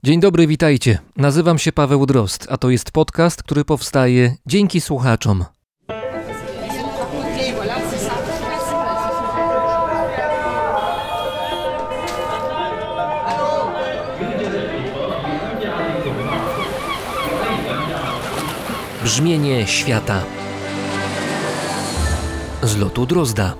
Dzień dobry, witajcie. Nazywam się Paweł Drozd, a to jest podcast, który powstaje dzięki słuchaczom. Brzmienie świata z lotu Drozda.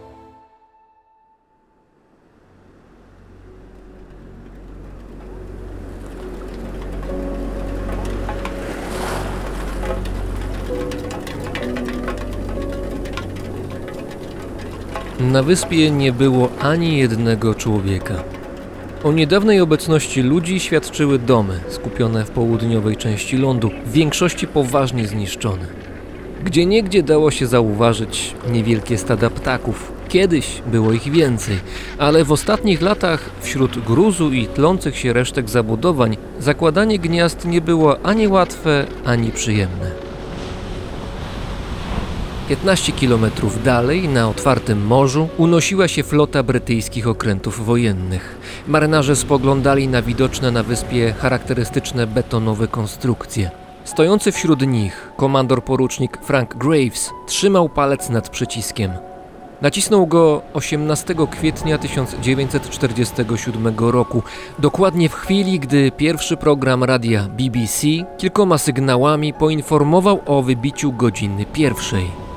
Na wyspie nie było ani jednego człowieka. O niedawnej obecności ludzi świadczyły domy skupione w południowej części lądu, w większości poważnie zniszczone. Gdzieniegdzie dało się zauważyć niewielkie stada ptaków. Kiedyś było ich więcej, ale w ostatnich latach wśród gruzu i tlących się resztek zabudowań zakładanie gniazd nie było ani łatwe, ani przyjemne. 15 kilometrów dalej, na otwartym morzu, unosiła się flota brytyjskich okrętów wojennych. Marynarze spoglądali na widoczne na wyspie charakterystyczne betonowe konstrukcje. Stojący wśród nich komandor porucznik Frank Graves trzymał palec nad przyciskiem. Nacisnął go 18 kwietnia 1947 roku, dokładnie w chwili, gdy pierwszy program radia BBC kilkoma sygnałami poinformował o wybiciu godziny pierwszej.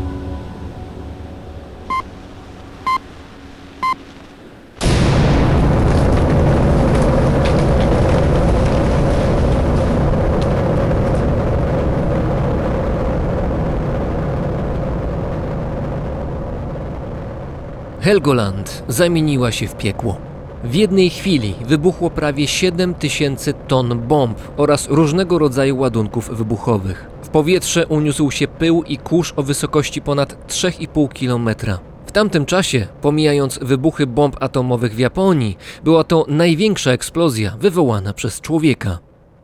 Helgoland zamieniła się w piekło. W jednej chwili wybuchło prawie 7000 ton bomb oraz różnego rodzaju ładunków wybuchowych. W powietrze uniósł się pył i kurz o wysokości ponad 3,5 kilometra. W tamtym czasie, pomijając wybuchy bomb atomowych w Japonii, była to największa eksplozja wywołana przez człowieka.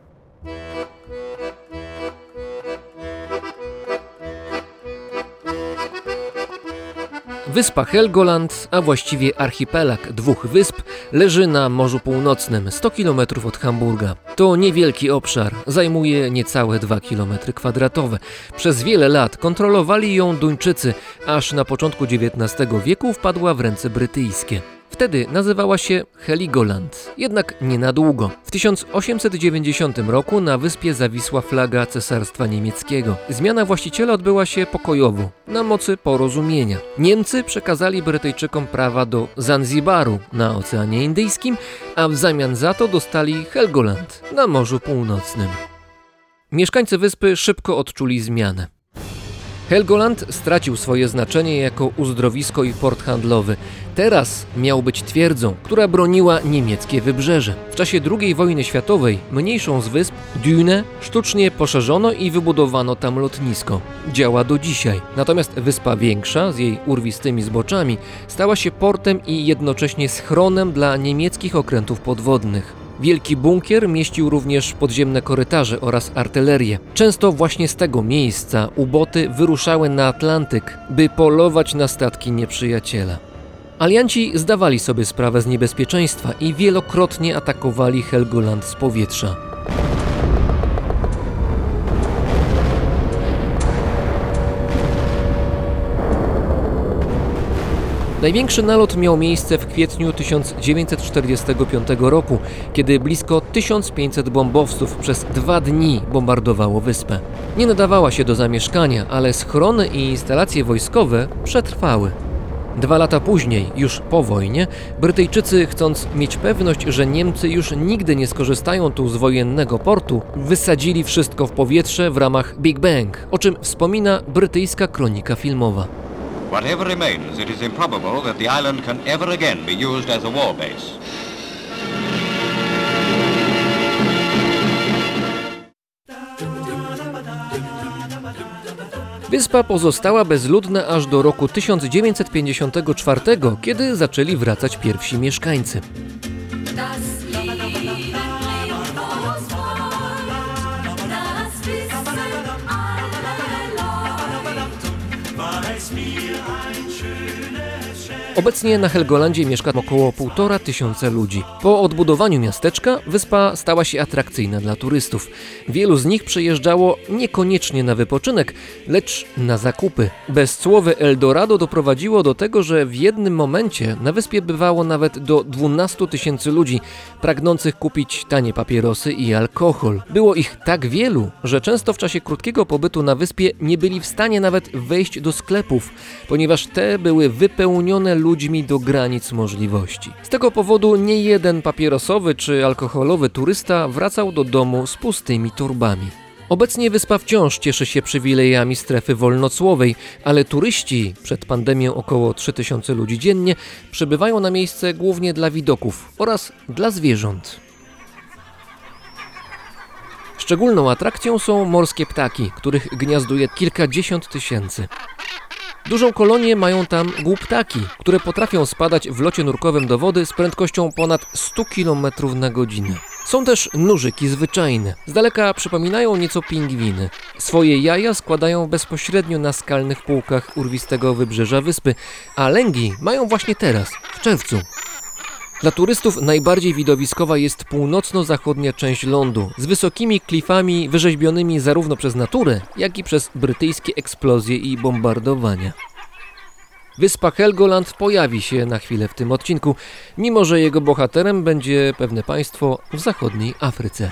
Wyspa Helgoland, a właściwie archipelag dwóch wysp, leży na Morzu Północnym, 100 km od Hamburga. To niewielki obszar, zajmuje niecałe 2 km². Przez wiele lat kontrolowali ją Duńczycy, aż na początku XIX wieku wpadła w ręce brytyjskie. Wtedy nazywała się Heligoland, jednak nie na długo. W 1890 roku na wyspie zawisła flaga Cesarstwa Niemieckiego. Zmiana właściciela odbyła się pokojowo, na mocy porozumienia. Niemcy przekazali Brytyjczykom prawa do Zanzibaru na Oceanie Indyjskim, a w zamian za to dostali Helgoland na Morzu Północnym. Mieszkańcy wyspy szybko odczuli zmianę. Helgoland stracił swoje znaczenie jako uzdrowisko i port handlowy. Teraz miał być twierdzą, która broniła niemieckie wybrzeże. W czasie II wojny światowej mniejszą z wysp, Dünę, sztucznie poszerzono i wybudowano tam lotnisko. Działa do dzisiaj. Natomiast wyspa większa, z jej urwistymi zboczami, stała się portem i jednocześnie schronem dla niemieckich okrętów podwodnych. Wielki bunkier mieścił również podziemne korytarze oraz artylerię. Często właśnie z tego miejsca U-boty wyruszały na Atlantyk, by polować na statki nieprzyjaciela. Alianci zdawali sobie sprawę z niebezpieczeństwa i wielokrotnie atakowali Helgoland z powietrza. Największy nalot miał miejsce w kwietniu 1945 roku, kiedy blisko 1500 bombowców przez 2 dni bombardowało wyspę. Nie nadawała się do zamieszkania, ale schrony i instalacje wojskowe przetrwały. 2 lata później, już po wojnie, Brytyjczycy, chcąc mieć pewność, że Niemcy już nigdy nie skorzystają tu z wojennego portu, wysadzili wszystko w powietrze w ramach Big Bang, o czym wspomina brytyjska kronika filmowa. Whatever remains, it is improbable that the island can ever again be used as a war base. Wyspa pozostała bezludna aż do roku 1954, kiedy zaczęli wracać pierwsi mieszkańcy. War es mir ein schönes Schiff. Obecnie na Helgolandzie mieszka około 1500 ludzi. Po odbudowaniu miasteczka wyspa stała się atrakcyjna dla turystów. Wielu z nich przyjeżdżało niekoniecznie na wypoczynek, lecz na zakupy. Bezcłowe Eldorado doprowadziło do tego, że w jednym momencie na wyspie bywało nawet do 12 000 ludzi pragnących kupić tanie papierosy i alkohol. Było ich tak wielu, że często w czasie krótkiego pobytu na wyspie nie byli w stanie nawet wejść do sklepów, ponieważ te były wypełnione ludźmi do granic możliwości. Z tego powodu nie jeden papierosowy czy alkoholowy turysta wracał do domu z pustymi torbami. Obecnie wyspa wciąż cieszy się przywilejami strefy wolnocłowej, ale turyści, przed pandemią około 3000 ludzi dziennie, przybywają na miejsce głównie dla widoków oraz dla zwierząt. Szczególną atrakcją są morskie ptaki, których gniazduje kilkadziesiąt tysięcy. Dużą kolonię mają tam głuptaki, które potrafią spadać w locie nurkowym do wody z prędkością ponad 100 km na godzinę. Są też nużyki zwyczajne. Z daleka przypominają nieco pingwiny. Swoje jaja składają bezpośrednio na skalnych półkach urwistego wybrzeża wyspy, a lęgi mają właśnie teraz, w czerwcu. Dla turystów najbardziej widowiskowa jest północno-zachodnia część lądu, z wysokimi klifami wyrzeźbionymi zarówno przez naturę, jak i przez brytyjskie eksplozje i bombardowania. Wyspa Helgoland pojawi się na chwilę w tym odcinku, mimo że jego bohaterem będzie pewne państwo w zachodniej Afryce.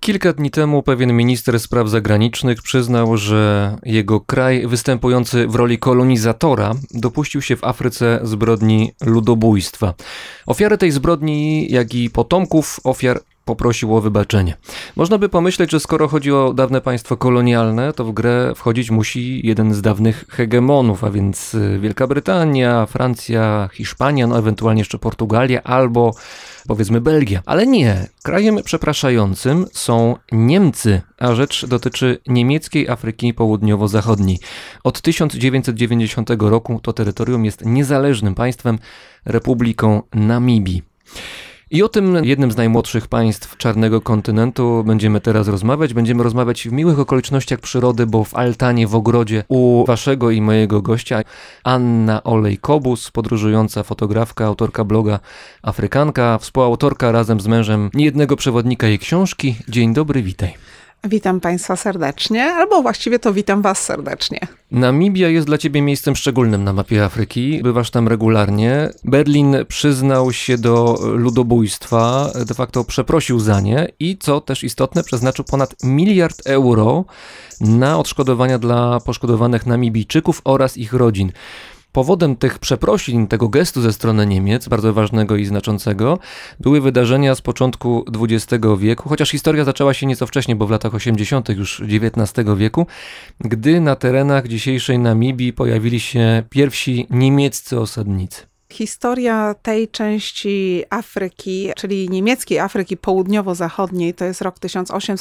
Kilka dni temu pewien minister spraw zagranicznych przyznał, że jego kraj, występujący w roli kolonizatora, dopuścił się w Afryce zbrodni ludobójstwa. Ofiary tej zbrodni, jak i potomków ofiar, poprosił o wybaczenie. Można by pomyśleć, że skoro chodzi o dawne państwo kolonialne, to w grę wchodzić musi jeden z dawnych hegemonów, a więc Wielka Brytania, Francja, Hiszpania, no ewentualnie jeszcze Portugalia albo powiedzmy Belgia. Ale nie. Krajem przepraszającym są Niemcy, a rzecz dotyczy niemieckiej Afryki Południowo-Zachodniej. Od 1990 roku to terytorium jest niezależnym państwem, Republiką Namibii. I o tym jednym z najmłodszych państw czarnego kontynentu będziemy teraz rozmawiać. Będziemy rozmawiać w miłych okolicznościach przyrody, bo w altanie w ogrodzie u waszego i mojego gościa Anna Olej-Kobus, podróżująca fotografka, autorka bloga Afrykanka, współautorka razem z mężem niejednego przewodnika jej książki. Dzień dobry, witaj. Witam Państwa serdecznie, albo właściwie to witam Was serdecznie. Namibia jest dla Ciebie miejscem szczególnym na mapie Afryki. Bywasz tam regularnie. Berlin przyznał się do ludobójstwa, de facto przeprosił za nie i, co też istotne, przeznaczył ponad 1 miliard euro na odszkodowania dla poszkodowanych Namibijczyków oraz ich rodzin. Powodem tych przeprosin, tego gestu ze strony Niemiec, bardzo ważnego i znaczącego, były wydarzenia z początku XX wieku, chociaż historia zaczęła się nieco wcześniej, bo w latach 80. już XIX wieku, gdy na terenach dzisiejszej Namibii pojawili się pierwsi niemieccy osadnicy. Historia tej części Afryki, czyli niemieckiej Afryki Południowo-Zachodniej, to jest rok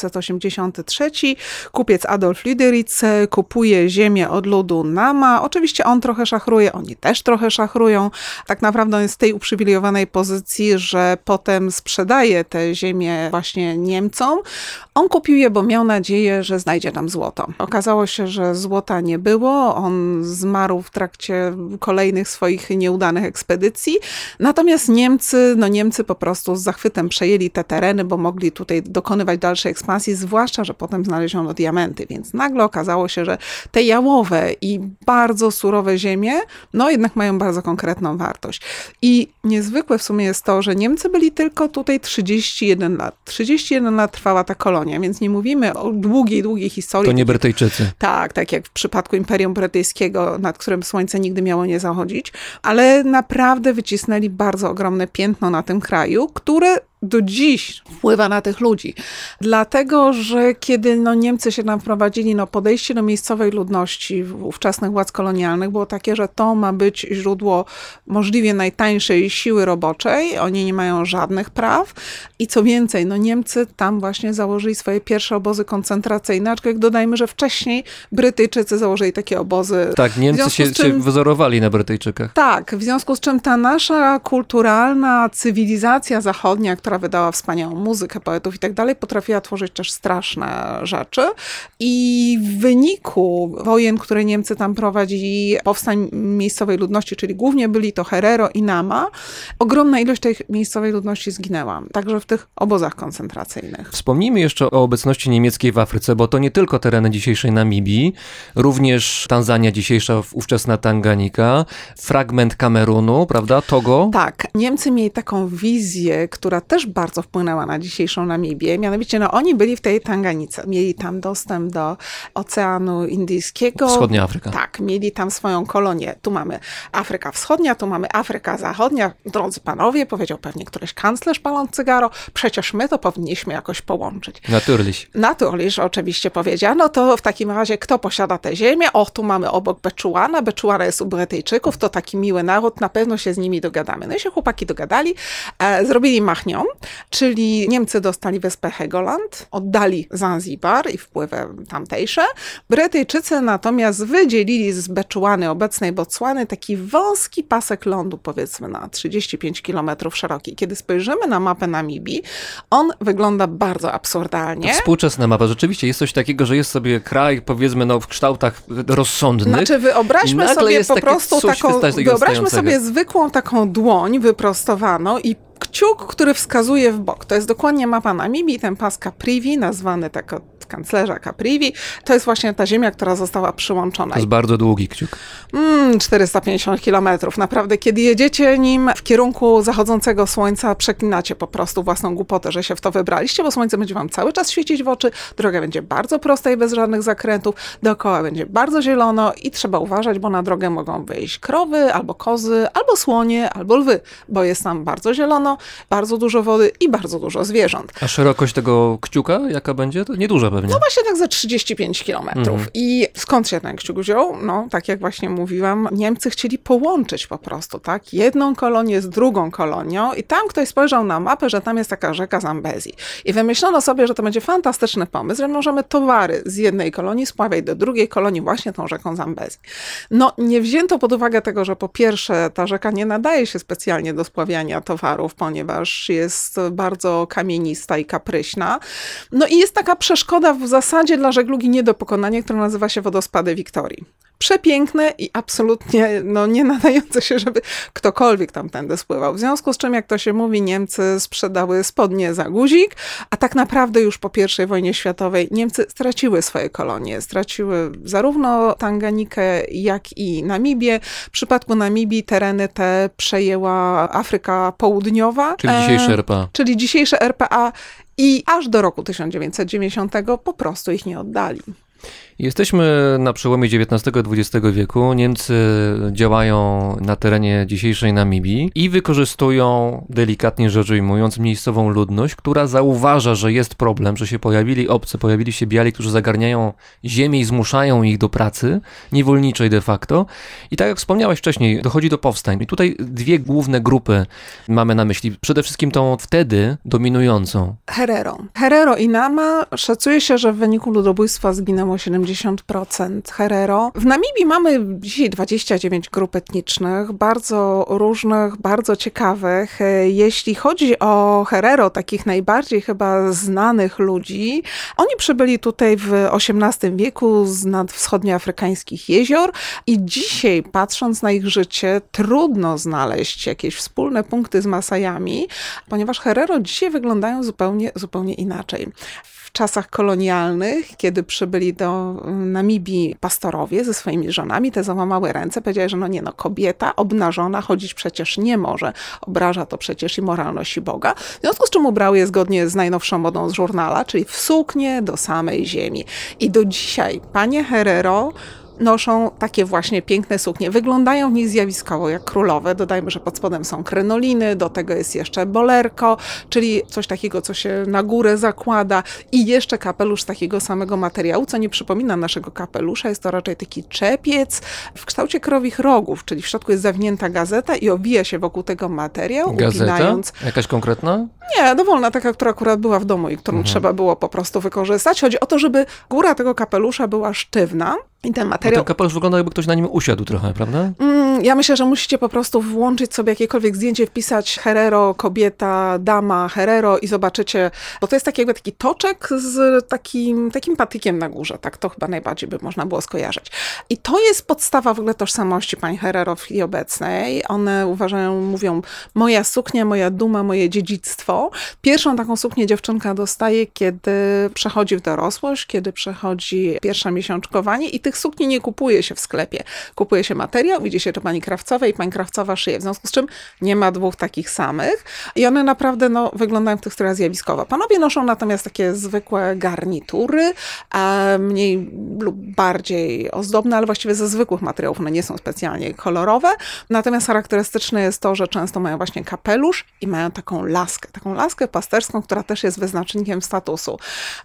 1883. Kupiec Adolf Lüderitz kupuje ziemię od ludu Nama. Oczywiście on trochę szachruje, oni też trochę szachrują. Tak naprawdę on jest w tej uprzywilejowanej pozycji, że potem sprzedaje tę ziemię właśnie Niemcom. On kupił je, bo miał nadzieję, że znajdzie tam złoto. Okazało się, że złota nie było. On zmarł w trakcie kolejnych swoich nieudanych ekspedycji. Natomiast Niemcy po prostu z zachwytem przejęli te tereny, bo mogli tutaj dokonywać dalszej ekspansji, zwłaszcza, że potem znaleziono diamenty. Więc nagle okazało się, że te jałowe i bardzo surowe ziemie, no jednak mają bardzo konkretną wartość. I niezwykłe w sumie jest to, że Niemcy byli tylko tutaj 31 lat. 31 lat trwała ta kolonia, więc nie mówimy o długiej historii. To nie Brytyjczycy. Tak jak w przypadku Imperium Brytyjskiego, nad którym słońce nigdy miało nie zachodzić, ale naprawdę wycisnęli bardzo ogromne piętno na tym kraju, które do dziś wpływa na tych ludzi. Dlatego, że kiedy Niemcy się tam wprowadzili, podejście do miejscowej ludności ówczesnych władz kolonialnych było takie, że to ma być źródło możliwie najtańszej siły roboczej. Oni nie mają żadnych praw i co więcej, Niemcy tam właśnie założyli swoje pierwsze obozy koncentracyjne, aczkolwiek dodajmy, że wcześniej Brytyjczycy założyli takie obozy. Tak, Niemcy się wzorowali na Brytyjczykach. Tak, w związku z czym ta nasza kulturalna cywilizacja zachodnia, która wydała wspaniałą muzykę, poetów i tak dalej, potrafiła tworzyć też straszne rzeczy. I w wyniku wojen, które Niemcy tam prowadzili, powstań miejscowej ludności, czyli głównie byli to Herero i Nama, ogromna ilość tej miejscowej ludności zginęła. Także w tych obozach koncentracyjnych. Wspomnijmy jeszcze o obecności niemieckiej w Afryce, bo to nie tylko tereny dzisiejszej Namibii, również Tanzania dzisiejsza, ówczesna Tanganika, fragment Kamerunu, prawda, Togo. Tak, Niemcy mieli taką wizję, która też bardzo wpłynęła na dzisiejszą Namibię. Mianowicie oni byli w tej Tanganice. Mieli tam dostęp do Oceanu Indyjskiego. Wschodnia Afryka. Tak, mieli tam swoją kolonię. Tu mamy Afryka Wschodnia, tu mamy Afryka Zachodnia. Drodzy panowie, powiedział pewnie któryś kanclerz paląc cygaro, przecież my to powinniśmy jakoś połączyć. Natürlich, oczywiście powiedziano. To w takim razie kto posiada tę ziemię? Tu mamy obok Beczuana. Beczuana jest u Brytyjczyków, to taki miły naród, na pewno się z nimi dogadamy. No i się chłopaki dogadali, zrobili machnią, czyli Niemcy dostali wyspę Helgoland, oddali Zanzibar i wpływy tamtejsze. Brytyjczycy natomiast wydzielili z Beczuany, obecnej Botswany, taki wąski pasek lądu, powiedzmy na 35 km szeroki. Kiedy spojrzymy na mapę Namibii, on wygląda bardzo absurdalnie. Współczesna mapa. Rzeczywiście jest coś takiego, że jest sobie kraj, powiedzmy, w kształtach rozsądnych. Znaczy wyobraźmy sobie po prostu taką, wyobraźmy sobie zwykłą taką dłoń wyprostowaną i Kciuk, który wskazuje w bok, to jest dokładnie mapa Namibii, ten pas Caprivi, nazwany tak od kanclerza Caprivi, to jest właśnie ta ziemia, która została przyłączona. To jest bardzo długi kciuk. 450 kilometrów. Naprawdę, kiedy jedziecie nim w kierunku zachodzącego słońca, przeklinacie po prostu własną głupotę, że się w to wybraliście, bo słońce będzie wam cały czas świecić w oczy, droga będzie bardzo prosta i bez żadnych zakrętów, dookoła będzie bardzo zielono i trzeba uważać, bo na drogę mogą wyjść krowy, albo kozy, albo słonie, albo lwy, bo jest tam bardzo zielono, bardzo dużo wody i bardzo dużo zwierząt. A szerokość tego kciuka, jaka będzie? To nieduża pewnie. No właśnie tak za 35 kilometrów. I skąd się ten kciuk wziął? No, tak jak właśnie mówiłam, Niemcy chcieli połączyć po prostu, tak? Jedną kolonię z drugą kolonią i tam ktoś spojrzał na mapę, że tam jest taka rzeka Zambezi. I wymyślono sobie, że to będzie fantastyczny pomysł, że możemy towary z jednej kolonii spławiać do drugiej kolonii właśnie tą rzeką Zambezi. No, nie wzięto pod uwagę tego, że po pierwsze ta rzeka nie nadaje się specjalnie do spławiania towarów, ponieważ jest bardzo kamienista i kapryśna. No i jest taka przeszkoda w zasadzie dla żeglugi nie do pokonania, która nazywa się wodospady Wiktorii. Przepiękne i absolutnie nie nadające się, żeby ktokolwiek tamtędy spływał. W związku z czym, jak to się mówi, Niemcy sprzedały spodnie za guzik, a tak naprawdę już po I wojnie światowej Niemcy straciły swoje kolonie. Straciły zarówno Tanganikę, jak i Namibię. W przypadku Namibii tereny te przejęła Afryka Południowa. Czyli dzisiejsze RPA. RPA i aż do roku 1990 po prostu ich nie oddali. Jesteśmy na przełomie XIX i XX wieku. Niemcy działają na terenie dzisiejszej Namibii i wykorzystują, delikatnie rzecz ujmując, miejscową ludność, która zauważa, że jest problem, że się pojawili obcy, pojawili się biali, którzy zagarniają ziemię i zmuszają ich do pracy, niewolniczej de facto. I tak jak wspomniałeś wcześniej, dochodzi do powstań. I tutaj dwie główne grupy mamy na myśli. Przede wszystkim tą wtedy dominującą. Herero i Nama. Szacuje się, że w wyniku ludobójstwa zginęło 70% Herero. W Namibii mamy dzisiaj 29 grup etnicznych, bardzo różnych, bardzo ciekawych. Jeśli chodzi o Herero, takich najbardziej chyba znanych ludzi, oni przybyli tutaj w XVIII wieku z nad wschodnioafrykańskich jezior i dzisiaj, patrząc na ich życie, trudno znaleźć jakieś wspólne punkty z Masajami, ponieważ Herero dzisiaj wyglądają zupełnie inaczej. W czasach kolonialnych, kiedy przybyli do Namibii pastorowie ze swoimi żonami, te załamały ręce, powiedziały, że kobieta obnażona chodzić przecież nie może. Obraża to przecież i moralność i Boga. W związku z czym ubrały je zgodnie z najnowszą modą z żurnala, czyli w suknię do samej ziemi. I do dzisiaj panie Herero noszą takie właśnie piękne suknie. Wyglądają w nich zjawiskowo jak królowe. Dodajmy, że pod spodem są krynoliny, do tego jest jeszcze bolerko, czyli coś takiego, co się na górę zakłada i jeszcze kapelusz z takiego samego materiału, co nie przypomina naszego kapelusza. Jest to raczej taki czepiec w kształcie krowich rogów, czyli w środku jest zawinięta gazeta i owija się wokół tego materiał, Gazeta? upinając... Jakaś konkretna? Nie, dowolna, taka, która akurat była w domu i którą trzeba było po prostu wykorzystać. Chodzi o to, żeby góra tego kapelusza była sztywna i ten materiał... Ten kapelusz wygląda, jakby ktoś na nim usiadł trochę, prawda? Ja myślę, że musicie po prostu włączyć sobie jakiekolwiek zdjęcie, wpisać Herero, kobieta, dama, Herero i zobaczycie, bo to jest taki toczek z takim patykiem na górze, tak to chyba najbardziej by można było skojarzyć. I to jest podstawa w ogóle tożsamości pań Herero w chwili obecnej. One uważają, mówią, moja suknia, moja duma, moje dziedzictwo. Pierwszą taką suknię dziewczynka dostaje, kiedy przechodzi w dorosłość, kiedy przechodzi pierwsze miesiączkowanie i tych sukni nie kupuje się w sklepie. Kupuje się materiał, idzie się do pani krawcowej i pani krawcowa szyje. W związku z czym nie ma dwóch takich samych i one naprawdę wyglądają w teksturach zjawiskowo. Panowie noszą natomiast takie zwykłe garnitury, mniej lub bardziej ozdobne, ale właściwie ze zwykłych materiałów. One nie są specjalnie kolorowe. Natomiast charakterystyczne jest to, że często mają właśnie kapelusz i mają taką laskę pasterską, która też jest wyznacznikiem statusu.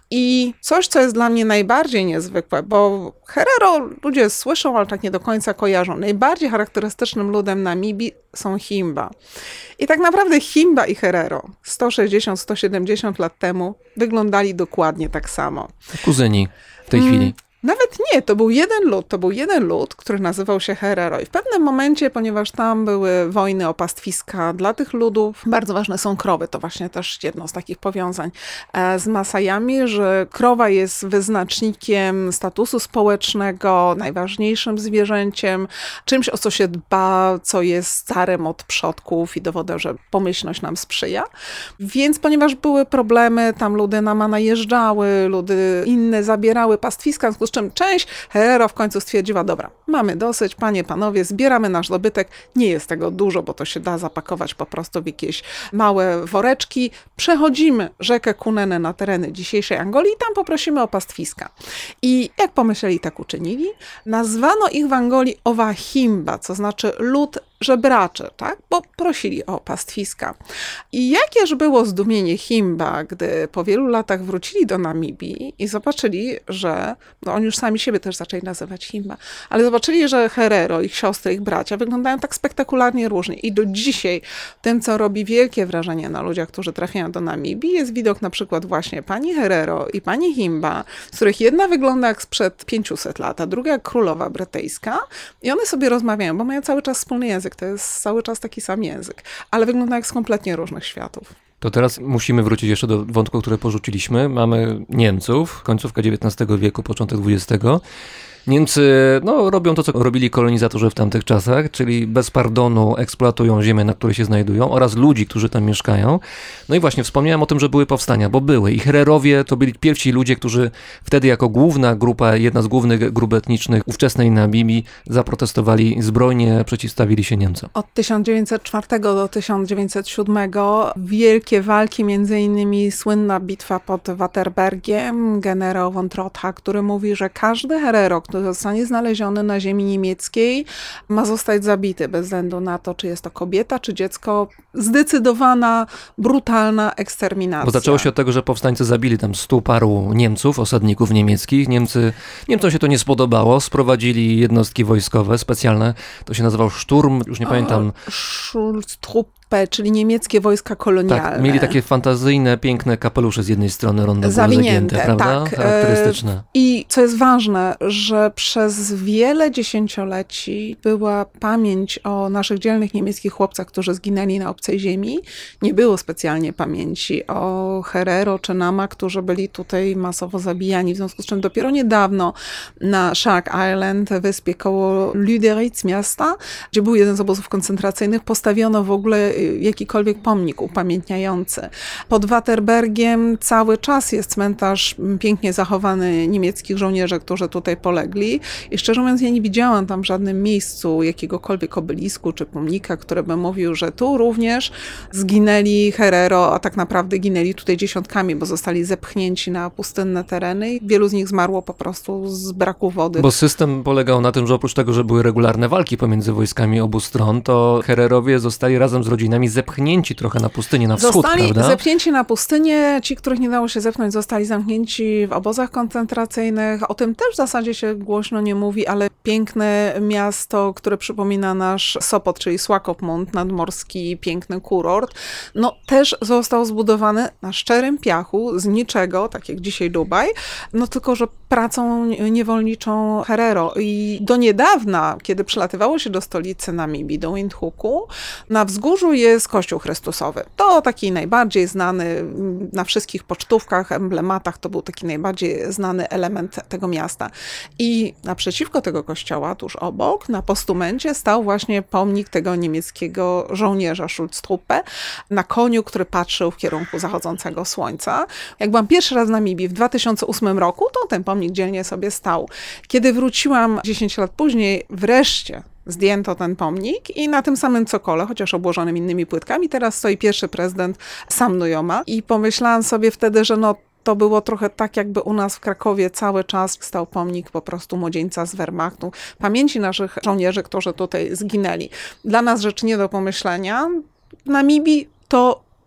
I coś, co jest dla mnie najbardziej niezwykłe, bo Herero ludzie słyszą, ale tak nie do końca kojarzą. Najbardziej charakterystycznym ludem Namibii są Himba. I tak naprawdę Himba i Herero 160-170 lat temu wyglądali dokładnie tak samo. Kuzyni w tej chwili. Nawet nie, to był jeden lud, który nazywał się Herero. I w pewnym momencie, ponieważ tam były wojny o pastwiska dla tych ludów, bardzo ważne są krowy. To właśnie też jedno z takich powiązań z Masajami, że krowa jest wyznacznikiem statusu społecznego, najważniejszym zwierzęciem, czymś, o co się dba, co jest carem od przodków i dowodem, że pomyślność nam sprzyja. Więc ponieważ były problemy, tam ludy nama najeżdżały, ludy inne zabierały pastwiska, w związku z czym część Herero w końcu stwierdziła, dobra, mamy dosyć, panie, panowie, zbieramy nasz dobytek, nie jest tego dużo, bo to się da zapakować po prostu w jakieś małe woreczki, przechodzimy rzekę Kunene na tereny dzisiejszej Angolii i tam poprosimy o pastwiska. I jak pomyśleli, tak uczynili. Nazwano ich w Angolii Owahimba, co znaczy lud żebraczy, tak? Bo prosili o pastwiska. I jakież było zdumienie Himba, gdy po wielu latach wrócili do Namibii i zobaczyli, że, no oni już sami siebie też zaczęli nazywać Himba, ale zobaczyli, że Herero, ich siostry, ich bracia wyglądają tak spektakularnie różnie. I do dzisiaj tym, co robi wielkie wrażenie na ludziach, którzy trafiają do Namibii, jest widok na przykład właśnie pani Herero i pani Himba, z których jedna wygląda jak sprzed 500 lat, a druga jak królowa brytyjska. I one sobie rozmawiają, bo mają cały czas wspólny język. To jest cały czas taki sam język, ale wygląda jak z kompletnie różnych światów. To teraz musimy wrócić jeszcze do wątku, który porzuciliśmy. Mamy Niemców, końcówka XIX wieku, początek XX. Niemcy robią to, co robili kolonizatorzy w tamtych czasach, czyli bez pardonu eksploatują ziemię, na której się znajdują oraz ludzi, którzy tam mieszkają. No i właśnie wspomniałem o tym, że były powstania, bo były. I Hererowie to byli pierwsi ludzie, którzy wtedy jako główna grupa, jedna z głównych grup etnicznych ówczesnej Namibii zaprotestowali zbrojnie, przeciwstawili się Niemcom. Od 1904 do 1907 wielkie walki, między innymi słynna bitwa pod Waterbergiem, generał von Trotha, który mówi, że każdy Herero, który zostanie znaleziony na ziemi niemieckiej, ma zostać zabity bez względu na to, czy jest to kobieta, czy dziecko. Zdecydowana, brutalna eksterminacja. Bo zaczęło się od tego, że powstańcy zabili tam 100 paru Niemców, osadników niemieckich. Niemcom się to nie spodobało, sprowadzili jednostki wojskowe specjalne, to się nazywał Szturm, już nie pamiętam. Schutztruppe, czyli niemieckie wojska kolonialne. Tak, mieli takie fantazyjne, piękne kapelusze z jednej strony, ronde były zagięte, prawda? Tak. Charakterystyczne. I co jest ważne, że przez wiele dziesięcioleci była pamięć o naszych dzielnych niemieckich chłopcach, którzy zginęli na obcej ziemi. Nie było specjalnie pamięci o Herero czy Nama, którzy byli tutaj masowo zabijani, w związku z czym dopiero niedawno na Shark Island, wyspie koło Lüderitz miasta, gdzie był jeden z obozów koncentracyjnych, postawiono w ogóle jakikolwiek pomnik upamiętniający. Pod Waterbergiem cały czas jest cmentarz pięknie zachowany niemieckich żołnierzy, którzy tutaj polegli. I szczerze mówiąc, ja nie widziałam tam w żadnym miejscu jakiegokolwiek obelisku czy pomnika, który by mówił, że tu również zginęli Herero, a tak naprawdę ginęli tutaj dziesiątkami, bo zostali zepchnięci na pustynne tereny i wielu z nich zmarło po prostu z braku wody. Bo system polegał na tym, że oprócz tego, że były regularne walki pomiędzy wojskami obu stron, to Hererowie zostali razem z rodzinami zepchnięci trochę na pustynię, na wschód, zostali prawda? zepchnięci na pustynię, ci, których nie dało się zepchnąć, zostali zamknięci w obozach koncentracyjnych. O tym też w zasadzie się głośno nie mówi, ale piękne miasto, które przypomina nasz Sopot, czyli Swakopmund, nadmorski, piękny kurort, też został zbudowany na szczerym piachu, z niczego, tak jak dzisiaj Dubaj, tylko że pracą niewolniczą Herero. I do niedawna, kiedy przylatywało się do stolicy Namibii, do Windhoeku, na wzgórzu jest Kościół Chrystusowy. To taki najbardziej znany na wszystkich pocztówkach, emblematach, to był taki najbardziej znany element tego miasta. I naprzeciwko tego kościoła, tuż obok, na postumencie stał właśnie pomnik tego niemieckiego żołnierza Schutztruppe na koniu, który patrzył w kierunku zachodzącego słońca. Jak byłam pierwszy raz w Namibii w 2008 roku, to ten pomnik dzielnie sobie stał. Kiedy wróciłam 10 lat później, wreszcie zdjęto ten pomnik i na tym samym cokole, chociaż obłożonym innymi płytkami, teraz stoi pierwszy prezydent Sam Nujoma. I pomyślałam sobie wtedy, że to było trochę tak, jakby u nas w Krakowie cały czas stał pomnik po prostu młodzieńca z Wehrmachtu, pamięci naszych żołnierzy, którzy tutaj zginęli. Dla nas rzecz nie do pomyślenia. W Namibii to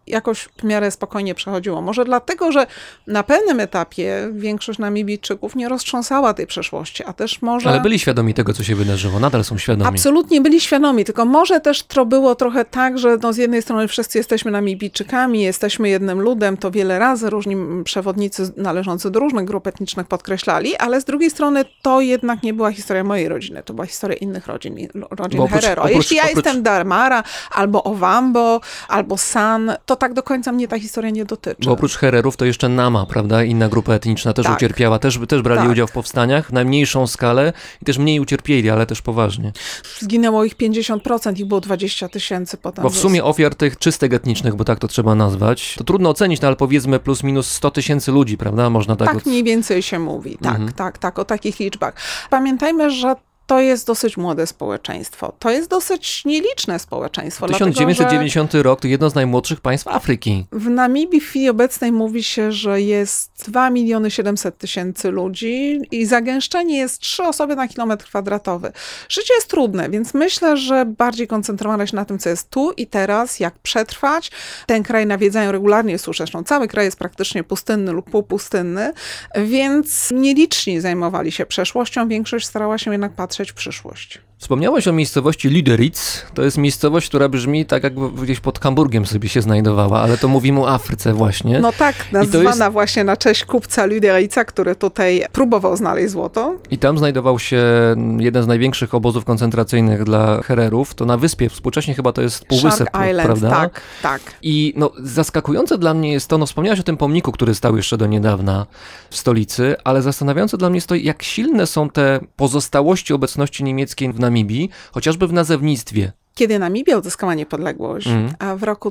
jakoś w miarę spokojnie przechodziło. Może dlatego, że na pewnym etapie większość Namibijczyków nie roztrząsała tej przeszłości, a też może... Ale byli świadomi tego, co się wydarzyło, nadal są świadomi. Absolutnie byli świadomi, tylko może też to było trochę tak, że z jednej strony wszyscy jesteśmy Namibijczykami, jesteśmy jednym ludem, to wiele razy różni przewodnicy należący do różnych grup etnicznych podkreślali, ale z drugiej strony to jednak nie była historia mojej rodziny, to była historia innych rodzin Herero. Jeśli ja jestem Damara, albo Ovambo, albo San, to tak do końca mnie ta historia nie dotyczy. Bo oprócz Hererów to jeszcze Nama, prawda? Inna grupa etniczna też ucierpiała, też brali udział w powstaniach na mniejszą skalę i też mniej ucierpieli, ale też poważnie. Zginęło ich 50%, ich było 20 000 potem. Bo w sumie ofiar tych czystek etnicznych, bo tak to trzeba nazwać, to trudno ocenić, no ale powiedzmy plus minus 100 000 ludzi, prawda? Można tak... Tak mniej więcej się mówi, tak, o takich liczbach. Pamiętajmy, że to jest dosyć młode społeczeństwo. To jest dosyć nieliczne społeczeństwo. 1990 rok to jedno z najmłodszych państw Afryki. W Namibii w chwili obecnej mówi się, że jest 2 700 000 ludzi i zagęszczenie jest 3 osoby na kilometr kwadratowy. Życie jest trudne, więc myślę, że bardziej koncentrowane się na tym, co jest tu i teraz, jak przetrwać. Ten kraj nawiedzają regularnie, zresztą cały kraj jest praktycznie pustynny lub półpustynny, więc nieliczni zajmowali się przeszłością, większość starała się jednak patrzeć w przyszłość. Wspomniałeś o miejscowości Lüderitz. To jest miejscowość, która brzmi tak, jakby gdzieś pod Hamburgiem sobie się znajdowała, ale to mówimy o Afryce właśnie. No tak, nazwana właśnie na cześć kupca Lüderitza, który tutaj próbował znaleźć złoto. I tam znajdował się jeden z największych obozów koncentracyjnych dla Hererów. To na wyspie, współcześnie chyba to jest półwysep, Shark Island, prawda? Tak. I zaskakujące dla mnie jest to, wspomniałaś o tym pomniku, który stał jeszcze do niedawna w stolicy, ale zastanawiające dla mnie jest to, jak silne są te pozostałości obecności niemieckiej w Namibii, chociażby w nazewnictwie. Kiedy Namibia uzyskała niepodległość, a w roku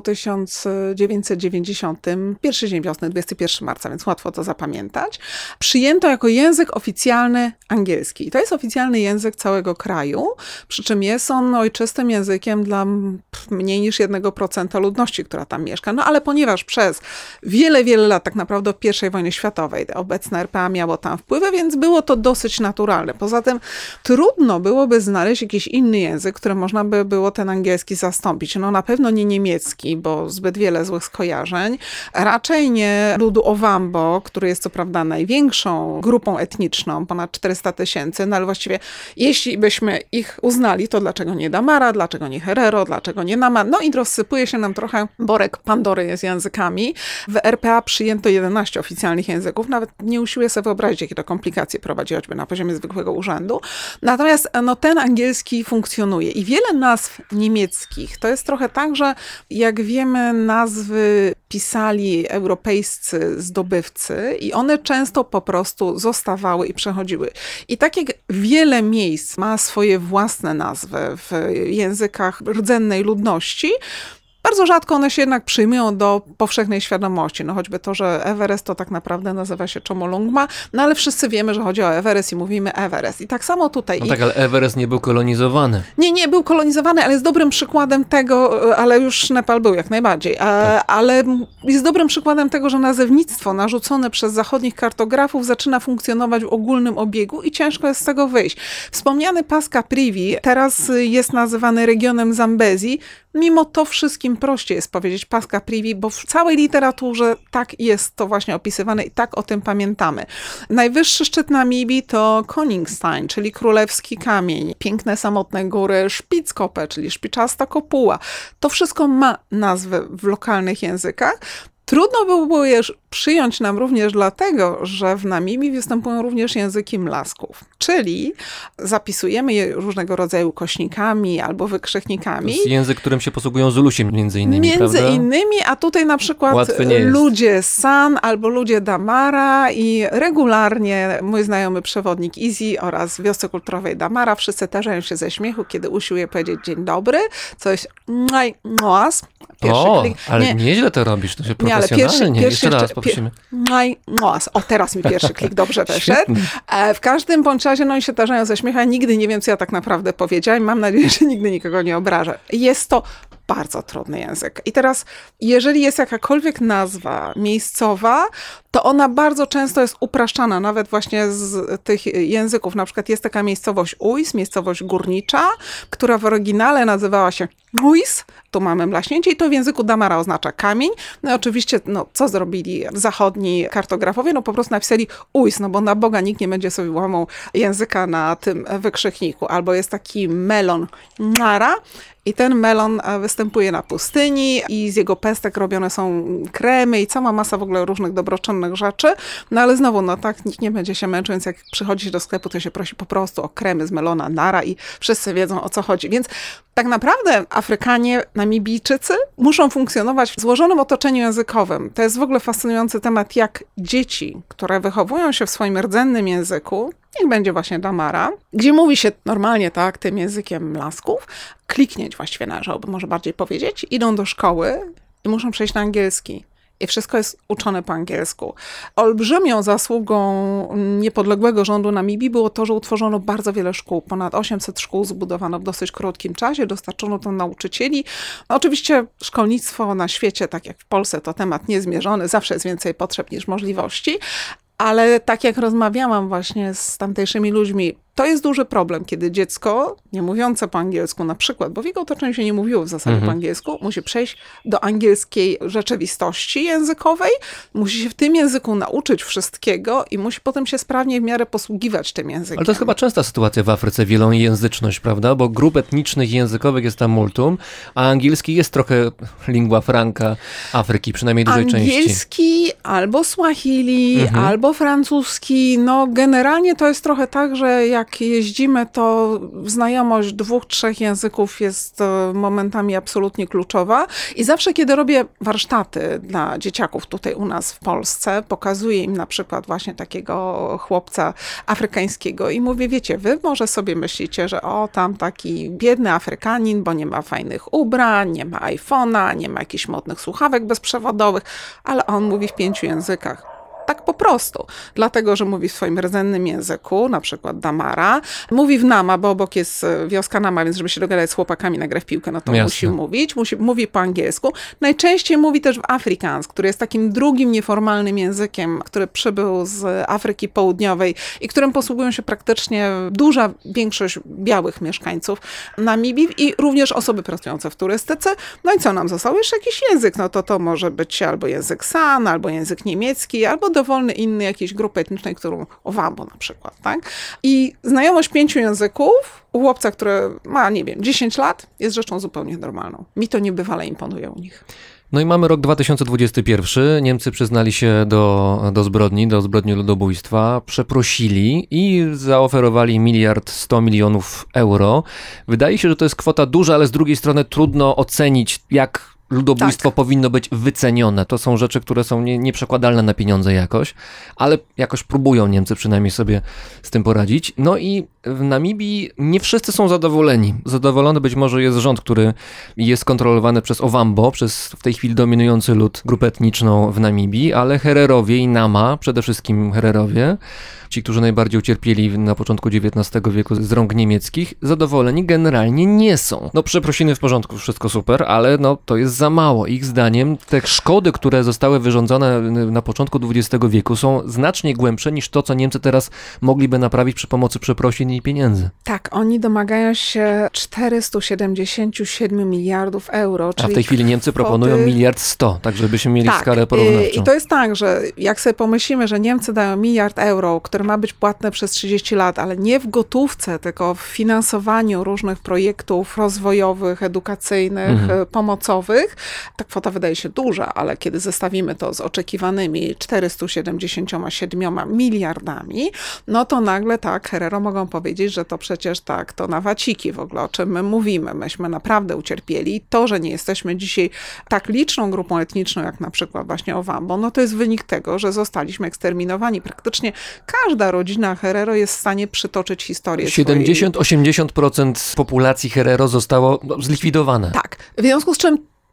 1990, pierwszy dzień wiosny, 21 marca, więc łatwo to zapamiętać, przyjęto jako język oficjalny angielski. I to jest oficjalny język całego kraju, przy czym jest on ojczystym językiem dla mniej niż 1% ludności, która tam mieszka. No ale ponieważ przez wiele lat, tak naprawdę od I wojny światowej, obecne RPA miało tam wpływy, więc było to dosyć naturalne. Poza tym trudno byłoby znaleźć jakiś inny język, który można by było ten angielski zastąpić. No na pewno nie niemiecki, bo zbyt wiele złych skojarzeń. Raczej nie ludu Ovambo, który jest co prawda największą grupą etniczną, ponad 400 000, no ale właściwie jeśli byśmy ich uznali, to dlaczego nie Damara, dlaczego nie Herero, dlaczego nie Nama? No i rozsypuje się nam trochę worek Pandory z językami. W RPA przyjęto 11 oficjalnych języków. Nawet nie usiłuję sobie wyobrazić, jakie to komplikacje prowadzi choćby na poziomie zwykłego urzędu. Natomiast ten angielski funkcjonuje i wiele nazw niemieckich. To jest trochę tak, że jak wiemy, nazwy pisali europejscy zdobywcy i one często po prostu zostawały i przechodziły. I tak jak wiele miejsc ma swoje własne nazwy w językach rdzennej ludności, bardzo rzadko one się jednak przyjmują do powszechnej świadomości. No choćby to, że Everest to tak naprawdę nazywa się Chomolungma, no ale wszyscy wiemy, że chodzi o Everest i mówimy Everest. I tak samo tutaj. No tak, ale Everest nie był kolonizowany. Nie był kolonizowany, ale jest dobrym przykładem tego, ale już Nepal był jak najbardziej, ale jest dobrym przykładem tego, że nazewnictwo narzucone przez zachodnich kartografów zaczyna funkcjonować w ogólnym obiegu i ciężko jest z tego wyjść. Wspomniany pas Caprivi teraz jest nazywany regionem Zambezji. Mimo to wszystkim prościej jest powiedzieć pas Caprivi, bo w całej literaturze tak jest to właśnie opisywane i tak o tym pamiętamy. Najwyższy szczyt Namibii to Koningstein, czyli królewski kamień, piękne samotne góry, Spitzkoppe, czyli szpiczasta kopuła. To wszystko ma nazwy w lokalnych językach. Trudno było je przyjąć nam również dlatego, że w Namibii występują również języki mlasków, czyli zapisujemy je różnego rodzaju kośnikami albo wykrzyknikami. To jest język, którym się posługują Zulusi między innymi, Między prawda? innymi, a tutaj na przykład ludzie San albo ludzie Damara i regularnie mój znajomy przewodnik Easy oraz w wiosce kulturowej Damara wszyscy tarzają się ze śmiechu, kiedy usiłuje powiedzieć dzień dobry, coś ale nieźle to robisz, to się profesjonalnie. Jeszcze raz poprosimy. O, teraz mi pierwszy klik dobrze wyszedł. W każdym bądź razie oni się tarzają ze śmiechu, ja nigdy nie wiem, co ja tak naprawdę powiedziałam. Mam nadzieję, że nigdy nikogo nie obrażę. Jest to bardzo trudny język. I teraz, jeżeli jest jakakolwiek nazwa miejscowa, to ona bardzo często jest upraszczana, nawet właśnie z tych języków. Na przykład jest taka miejscowość Uis, miejscowość górnicza, która w oryginale nazywała się Uis, tu mamy mlaśnięcie i to w języku Damara oznacza kamień. No i oczywiście, co zrobili zachodni kartografowie? No po prostu napisali Uis, no bo na Boga nikt nie będzie sobie łamał języka na tym wykrzykniku. Albo jest taki melon Nara, i ten melon występuje na pustyni i z jego pestek robione są kremy i cała masa w ogóle różnych dobroczynnych rzeczy. No ale znowu, nikt nie będzie się męczył, więc jak przychodzi się do sklepu, to się prosi po prostu o kremy z melona Nara i wszyscy wiedzą, o co chodzi. Więc tak naprawdę Afrykanie, Namibijczycy muszą funkcjonować w złożonym otoczeniu językowym. To jest w ogóle fascynujący temat, jak dzieci, które wychowują się w swoim rdzennym języku, niech będzie właśnie Damara, gdzie mówi się normalnie tym językiem lasków, kliknieć właściwie należałoby może bardziej powiedzieć, idą do szkoły i muszą przejść na angielski. I wszystko jest uczone po angielsku. Olbrzymią zasługą niepodległego rządu Namibii było to, że utworzono bardzo wiele szkół. Ponad 800 szkół zbudowano w dosyć krótkim czasie, dostarczono tam nauczycieli. Oczywiście szkolnictwo na świecie, tak jak w Polsce, to temat niezmierzony, zawsze jest więcej potrzeb niż możliwości. Ale tak jak rozmawiałam właśnie z tamtejszymi ludźmi, to jest duży problem, kiedy dziecko, nie mówiące po angielsku na przykład, bo w jego otoczeniu się nie mówiło w zasadzie po angielsku, musi przejść do angielskiej rzeczywistości językowej, musi się w tym języku nauczyć wszystkiego i musi potem się sprawnie w miarę posługiwać tym językiem. Ale to jest chyba częsta sytuacja w Afryce, wielojęzyczność, prawda? Bo grup etnicznych i językowych jest tam multum, a angielski jest trochę lingua franca Afryki, przynajmniej dużej części. Angielski albo Swahili, albo francuski. Generalnie to jest trochę tak, że jak jeździmy, to znajomość 2-3 języków jest momentami absolutnie kluczowa. I zawsze, kiedy robię warsztaty dla dzieciaków tutaj u nas w Polsce, pokazuję im na przykład właśnie takiego chłopca afrykańskiego i mówię, wiecie, wy może sobie myślicie, że tam taki biedny Afrykanin, bo nie ma fajnych ubrań, nie ma iPhone'a, nie ma jakichś modnych słuchawek bezprzewodowych, ale on mówi w 5 językach. Tak po prostu. Dlatego, że mówi w swoim rdzennym języku, na przykład Damara. Mówi w Nama, bo obok jest wioska Nama, więc żeby się dogadać z chłopakami na grę w piłkę, to Jasne. musi mówić. Mówi po angielsku. Najczęściej mówi też w Afrikaans, który jest takim drugim nieformalnym językiem, który przybył z Afryki Południowej i którym posługują się praktycznie duża większość białych mieszkańców Namibii i również osoby pracujące w turystyce. No i co nam zostało? Jeszcze jakiś język. To może być albo język San, albo język niemiecki, albo dowolny inny jakiejś grupy etnicznej, którą Owambo na przykład, tak? I znajomość 5 języków u chłopca, który ma, 10 lat, jest rzeczą zupełnie normalną. Mi to niebywale imponuje u nich. No i mamy rok 2021. Niemcy przyznali się do zbrodni ludobójstwa, przeprosili i zaoferowali 1,1 mld euro. Wydaje się, że to jest kwota duża, ale z drugiej strony trudno ocenić, jak ludobójstwo powinno być wycenione. To są rzeczy, które są nieprzekładalne na pieniądze jakoś, ale jakoś próbują Niemcy przynajmniej sobie z tym poradzić. No i w Namibii nie wszyscy są zadowoleni. Zadowolony być może jest rząd, który jest kontrolowany przez Owambo, przez w tej chwili dominujący lud, grupę etniczną w Namibii, ale Hererowie i Nama, przede wszystkim Hererowie, ci, którzy najbardziej ucierpieli na początku XIX wieku z rąk niemieckich, zadowoleni generalnie nie są. Przeprosiny w porządku, wszystko super, ale to jest za mało. Ich zdaniem te szkody, które zostały wyrządzone na początku XX wieku są znacznie głębsze niż to, co Niemcy teraz mogliby naprawić przy pomocy przeprosin i pieniędzy. Tak, oni domagają się 477 miliardów euro. A w tej chwili Niemcy proponują 1,1 mld, tak żebyśmy mieli skalę porównawczą. I to jest tak, że jak sobie pomyślimy, że Niemcy dają 1 miliard euro, który ma być płatny przez 30 lat, ale nie w gotówce, tylko w finansowaniu różnych projektów rozwojowych, edukacyjnych, pomocowych, ta kwota wydaje się duża, ale kiedy zestawimy to z oczekiwanymi 477 miliardami, to nagle Herero mogą powiedzieć, że to przecież to na waciki w ogóle, o czym my mówimy. Myśmy naprawdę ucierpieli. To, że nie jesteśmy dzisiaj tak liczną grupą etniczną, jak na przykład właśnie Owambo, to jest wynik tego, że zostaliśmy eksterminowani. Praktycznie każda rodzina Herero jest w stanie przytoczyć historię 70-80% populacji Herero zostało zlikwidowane. Tak. W związku z czym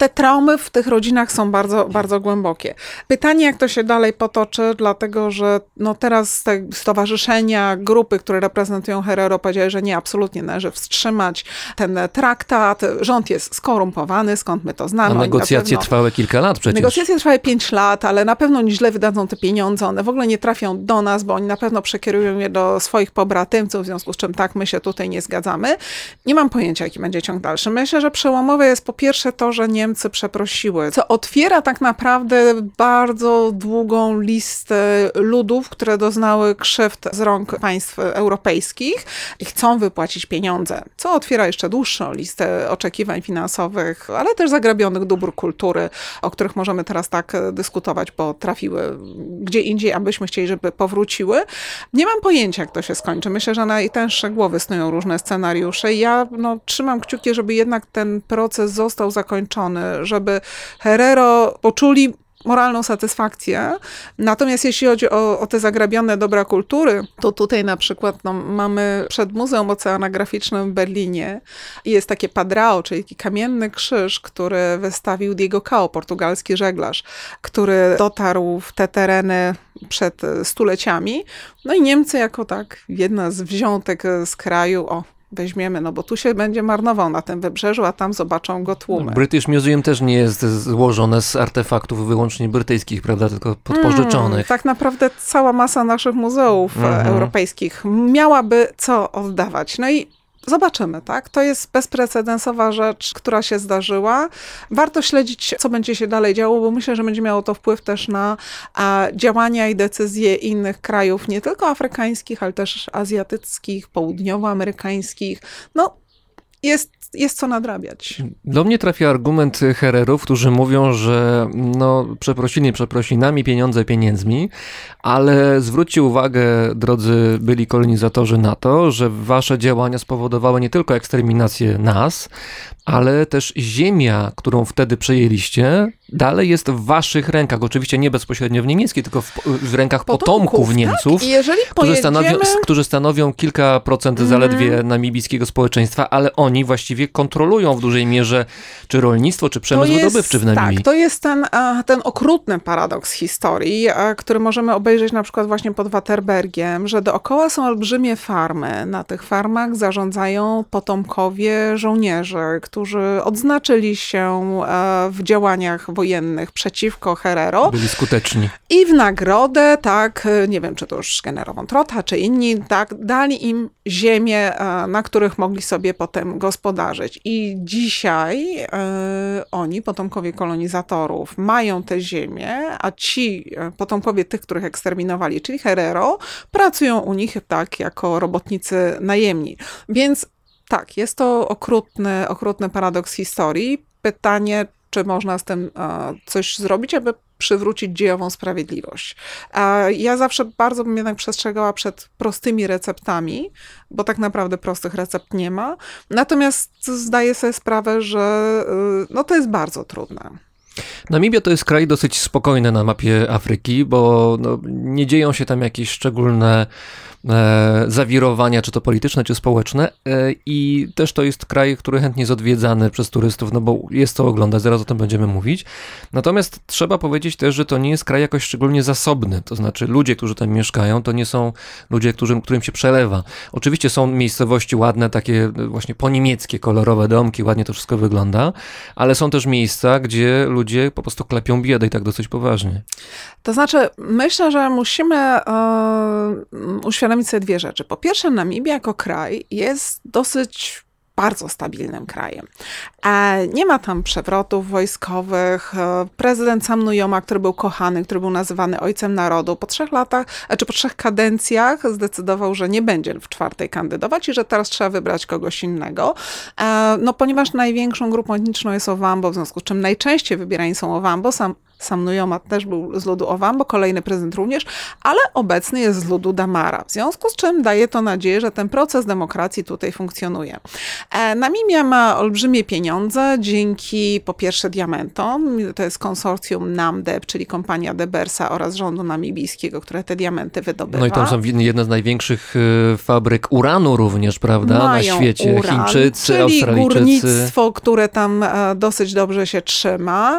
te traumy w tych rodzinach są bardzo, bardzo głębokie. Pytanie, jak to się dalej potoczy, dlatego że no teraz te stowarzyszenia, grupy, które reprezentują Herero, powiedziały, że nie, absolutnie należy wstrzymać ten traktat. Rząd jest skorumpowany, skąd my to znamy. A negocjacje trwały kilka lat przecież. Negocjacje trwały 5 lat, ale na pewno źle wydadzą te pieniądze. One w ogóle nie trafią do nas, bo oni na pewno przekierują je do swoich pobratymców, w związku z czym tak, my się tutaj nie zgadzamy. Nie mam pojęcia, jaki będzie ciąg dalszy. Myślę, że przełomowe jest po pierwsze to, że Niemcy przeprosiły, co otwiera tak naprawdę bardzo długą listę ludów, które doznały krzywd z rąk państw europejskich i chcą wypłacić pieniądze, co otwiera jeszcze dłuższą listę oczekiwań finansowych, ale też zagrabionych dóbr kultury, o których możemy teraz tak dyskutować, bo trafiły gdzie indziej, abyśmy chcieli, żeby powróciły. Nie mam pojęcia, jak to się skończy. Myślę, że najtęższe głowy snują różne scenariusze. Ja trzymam kciuki, żeby jednak ten proces został zakończony, żeby Herero poczuli moralną satysfakcję. Natomiast jeśli chodzi o te zagrabione dobra kultury, to tutaj na przykład mamy przed Muzeum Oceanograficznym w Berlinie jest takie padrao, czyli taki kamienny krzyż, który wystawił Diego Cao, portugalski żeglarz, który dotarł w te tereny przed stuleciami. No i Niemcy jako tak jedna z wziątek z kraju, weźmiemy, no bo tu się będzie marnował na tym wybrzeżu, a tam zobaczą go tłumy. British Museum też nie jest złożone z artefaktów wyłącznie brytyjskich, prawda, tylko podpożyczonych. Tak naprawdę cała masa naszych muzeów europejskich miałaby co oddawać. No i zobaczymy, tak? To jest bezprecedensowa rzecz, która się zdarzyła. Warto śledzić, co będzie się dalej działo, bo myślę, że będzie miało to wpływ też na działania i decyzje innych krajów, nie tylko afrykańskich, ale też azjatyckich, południowoamerykańskich. No, jest co nadrabiać. Do mnie trafia argument Hererów, którzy mówią, że przeprosili przeprosinami, pieniądze pieniędzmi, ale zwróćcie uwagę, drodzy byli kolonizatorzy, na to, że wasze działania spowodowały nie tylko eksterminację nas, ale też ziemia, którą wtedy przejęliście, dalej jest w waszych rękach. Oczywiście nie bezpośrednio w niemieckich, tylko w rękach potomków Niemców, tak? I jeżeli którzy stanowią kilka procent zaledwie namibijskiego społeczeństwa, ale oni właściwie kontrolują w dużej mierze czy rolnictwo, czy przemysł wydobywczy w Namibii. Tak, to jest ten okrutny paradoks historii, który możemy obejrzeć na przykład właśnie pod Waterbergiem, że dookoła są olbrzymie farmy. Na tych farmach zarządzają potomkowie żołnierzy, którzy odznaczyli się w działaniach wojennych przeciwko Herero. Byli skuteczni. I w nagrodę, tak, nie wiem, czy to już generał von Trotha, czy inni, tak, dali im ziemię, na których mogli sobie potem gospodarzyć. I dzisiaj oni, potomkowie kolonizatorów, mają tę ziemię, a ci potomkowie tych, których eksterminowali, czyli Herero, pracują u nich tak jako robotnicy najemni. Więc tak, jest to okrutny paradoks historii. Pytanie, czy można z tym coś zrobić, aby przywrócić dziejową sprawiedliwość. Ja zawsze bardzo bym jednak przestrzegała przed prostymi receptami, bo tak naprawdę prostych recept nie ma. Natomiast zdaję sobie sprawę, że to jest bardzo trudne. Namibia to jest kraj dosyć spokojny na mapie Afryki, bo nie dzieją się tam jakieś szczególne zawirowania, czy to polityczne, czy społeczne, i też to jest kraj, który chętnie jest odwiedzany przez turystów, bo jest to oglądać, zaraz o tym będziemy mówić. Natomiast trzeba powiedzieć też, że to nie jest kraj jakoś szczególnie zasobny, to znaczy ludzie, którzy tam mieszkają, to nie są ludzie, którym się przelewa. Oczywiście są miejscowości ładne, takie właśnie poniemieckie, kolorowe domki, ładnie to wszystko wygląda, ale są też miejsca, gdzie ludzie po prostu klepią biedę i tak dosyć poważnie. To znaczy, myślę, że musimy uświadomić sobie dwie rzeczy. Po pierwsze, Namibia jako kraj jest dosyć bardzo stabilnym krajem. Nie ma tam przewrotów wojskowych. Prezydent Sam Nujoma, który był kochany, który był nazywany ojcem narodu, po 3 latach, czy po 3 kadencjach zdecydował, że nie będzie w 4. kandydować i że teraz trzeba wybrać kogoś innego. Ponieważ największą grupą etniczną jest Ovambo, w związku z czym najczęściej wybierani są Ovambo. Sam Nujoma też był z ludu Ovambo, kolejny prezydent również, ale obecny jest z ludu Damara. W związku z czym daje to nadzieję, że ten proces demokracji tutaj funkcjonuje. Namibia ma olbrzymie pieniądze dzięki po pierwsze diamentom, to jest konsorcjum NAMDEB, czyli kompania Debersa oraz rządu namibijskiego, które te diamenty wydobywa. No i tam są jedne z największych fabryk uranu również, prawda, Mają na świecie. uran, Chińczycy, czyli Australijczycy. górnictwo, które tam dosyć dobrze się trzyma.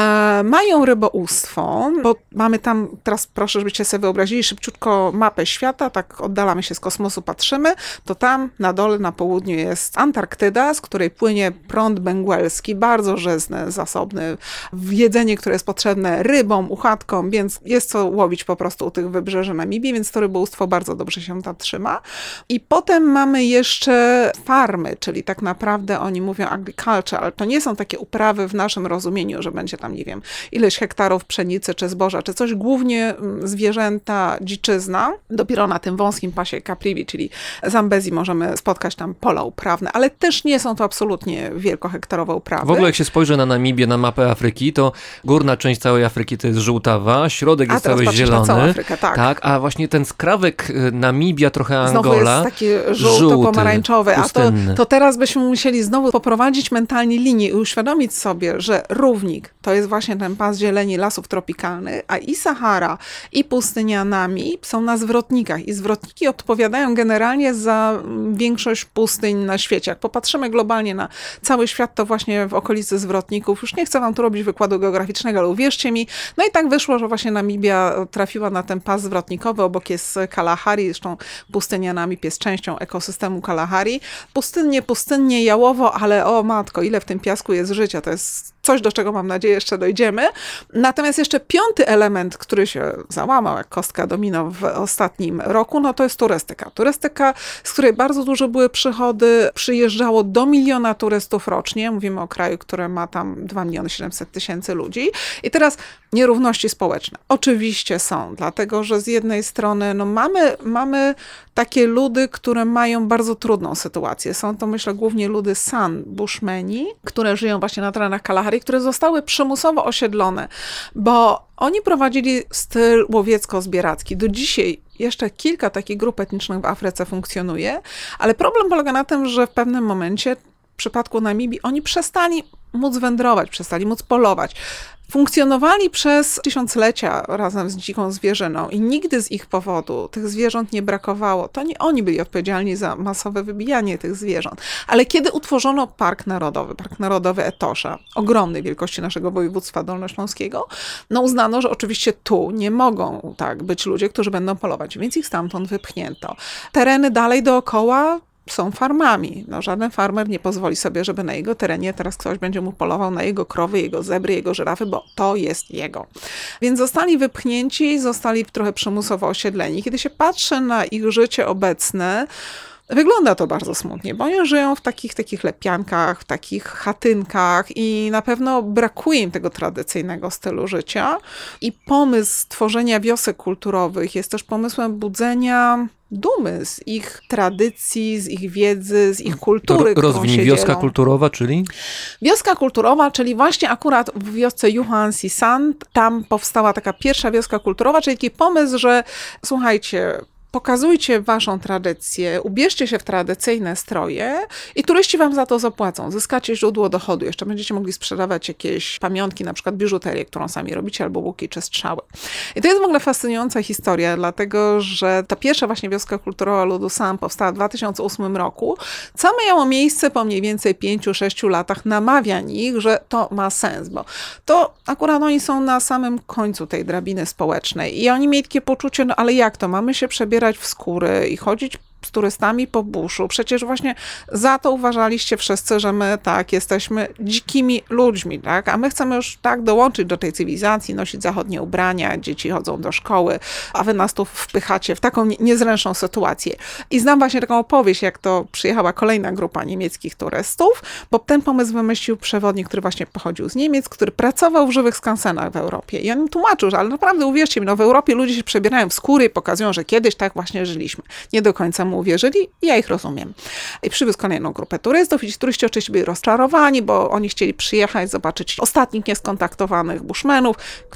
Mają rybołówstwo, bo mamy tam, teraz proszę, żebyście sobie wyobrazili szybciutko mapę świata, tak oddalamy się z kosmosu, patrzymy, to tam na dole, na południu jest Antarktyda, z której płynie prąd benguelski, bardzo żyzny, zasobny, jedzenie, które jest potrzebne rybom, uchatkom, więc jest co łowić po prostu u tych wybrzeży Namibii, więc to rybołówstwo bardzo dobrze się tam trzyma. I potem mamy jeszcze farmy, czyli tak naprawdę oni mówią agriculture, ale to nie są takie uprawy w naszym rozumieniu, że będzie tam, nie wiem, ileś hektarów pszenicy czy zboża, czy coś, głównie zwierzęta, dziczyzna. Dopiero na tym wąskim pasie Caprivi, czyli Zambezji, możemy spotkać tam pola uprawne, ale też nie są to absolutnie wielkohektarowe uprawy. W ogóle jak się spojrzy na Namibię, na mapę Afryki, to górna część całej Afryki to jest żółtawa, środek jest cały zielony. Całą Afrykę, tak. A właśnie ten skrawek Namibia, trochę Angola. Znowu jest taki żółto-pomarańczowy. A to teraz byśmy musieli znowu poprowadzić mentalnie linię i uświadomić sobie, że równik to jest właśnie ten pas zieleni lasów tropikalnych, a i Sahara, i pustynia Namib są na zwrotnikach. I zwrotniki odpowiadają generalnie za większość pustyń na świecie. Jak popatrzymy globalnie na cały świat, to właśnie w okolicy zwrotników, już nie chcę wam tu robić wykładu geograficznego, ale uwierzcie mi, no i tak wyszło, że właśnie Namibia trafiła na ten pas zwrotnikowy, obok jest Kalahari, zresztą pustynia Namib jest częścią ekosystemu Kalahari. Pustynnie, jałowo, ale o matko, ile w tym piasku jest życia, to jest coś, do czego mam nadzieję jeszcze dojdziemy. Natomiast jeszcze piąty element, który się załamał jak kostka domino w ostatnim roku, no to jest turystyka. Turystyka, z której bardzo duże były przychody, przyjeżdżało do 1 miliona turystów rocznie. Mówimy o kraju, który ma tam 2 700 000 ludzi. I teraz nierówności społeczne. Oczywiście są, dlatego że z jednej strony no mamy takie ludy, które mają bardzo trudną sytuację. Są to, myślę, głównie ludy San, Bushmeni, które żyją właśnie na terenach Kalahari, które zostały przymusowo osiedlone, bo oni prowadzili styl łowiecko-zbieracki. Do dzisiaj jeszcze kilka takich grup etnicznych w Afryce funkcjonuje, ale problem polega na tym, że w pewnym momencie, w przypadku Namibii, oni przestali móc wędrować, przestali móc polować. Funkcjonowali przez tysiąclecia razem z dziką zwierzyną i nigdy z ich powodu tych zwierząt nie brakowało. To nie oni byli odpowiedzialni za masowe wybijanie tych zwierząt. Ale kiedy utworzono Park Narodowy Etosha, ogromnej wielkości naszego województwa dolnośląskiego, no uznano, że oczywiście tu nie mogą tak być ludzie, którzy będą polować, więc ich stamtąd wypchnięto. Tereny dalej dookoła są farmami. No, żaden farmer nie pozwoli sobie, żeby na jego terenie teraz ktoś będzie mu polował na jego krowy, jego zebry, jego żyrafy, bo to jest jego. Więc zostali wypchnięci, zostali trochę przymusowo osiedleni. Kiedy się patrzy na ich życie obecne, wygląda to bardzo smutnie, bo oni żyją w takich lepiankach, w takich chatynkach i na pewno brakuje im tego tradycyjnego stylu życia. I pomysł tworzenia wiosek kulturowych jest też pomysłem budzenia dumy z ich tradycji, z ich wiedzy, z ich kultury, którą się Rozwij wioska dzielą. kulturowa, czyli? Wioska kulturowa, czyli właśnie akurat w wiosce Yuhuan Sisan, tam powstała taka pierwsza wioska kulturowa, czyli taki pomysł, że słuchajcie, pokazujcie waszą tradycję, ubierzcie się w tradycyjne stroje i turyści wam za to zapłacą. Zyskacie źródło dochodu. Jeszcze będziecie mogli sprzedawać jakieś pamiątki, na przykład biżuterię, którą sami robicie, albo łuki czy strzały. I to jest w ogóle fascynująca historia, dlatego że ta pierwsza właśnie wioska kulturowa ludu San powstała w 2008 roku, co miało miejsce po mniej więcej 5-6 latach namawiań ich, że to ma sens, bo to akurat oni są na samym końcu tej drabiny społecznej i oni mieli takie poczucie, no ale jak to, mamy się przebierać w skóry i chodzić z turystami po buszu. Przecież właśnie za to uważaliście wszyscy, że my tak jesteśmy dzikimi ludźmi, tak? A my chcemy już tak dołączyć do tej cywilizacji, nosić zachodnie ubrania, dzieci chodzą do szkoły, a wy nas tu wpychacie w taką niezręczną sytuację. I znam właśnie taką opowieść, jak to przyjechała kolejna grupa niemieckich turystów, bo ten pomysł wymyślił przewodnik, który właśnie pochodził z Niemiec, który pracował w żywych skansenach w Europie. I on im tłumaczył, że ale naprawdę uwierzcie mi, no w Europie ludzie się przebierają w skóry i pokazują, że kiedyś tak właśnie żyliśmy. Nie do końca mu uwierzyli i ja ich rozumiem. I przywiózł kolejną grupę turystów i ci turyści oczywiście byli rozczarowani, bo oni chcieli przyjechać, zobaczyć ostatnich nieskontaktowanych bushmenów,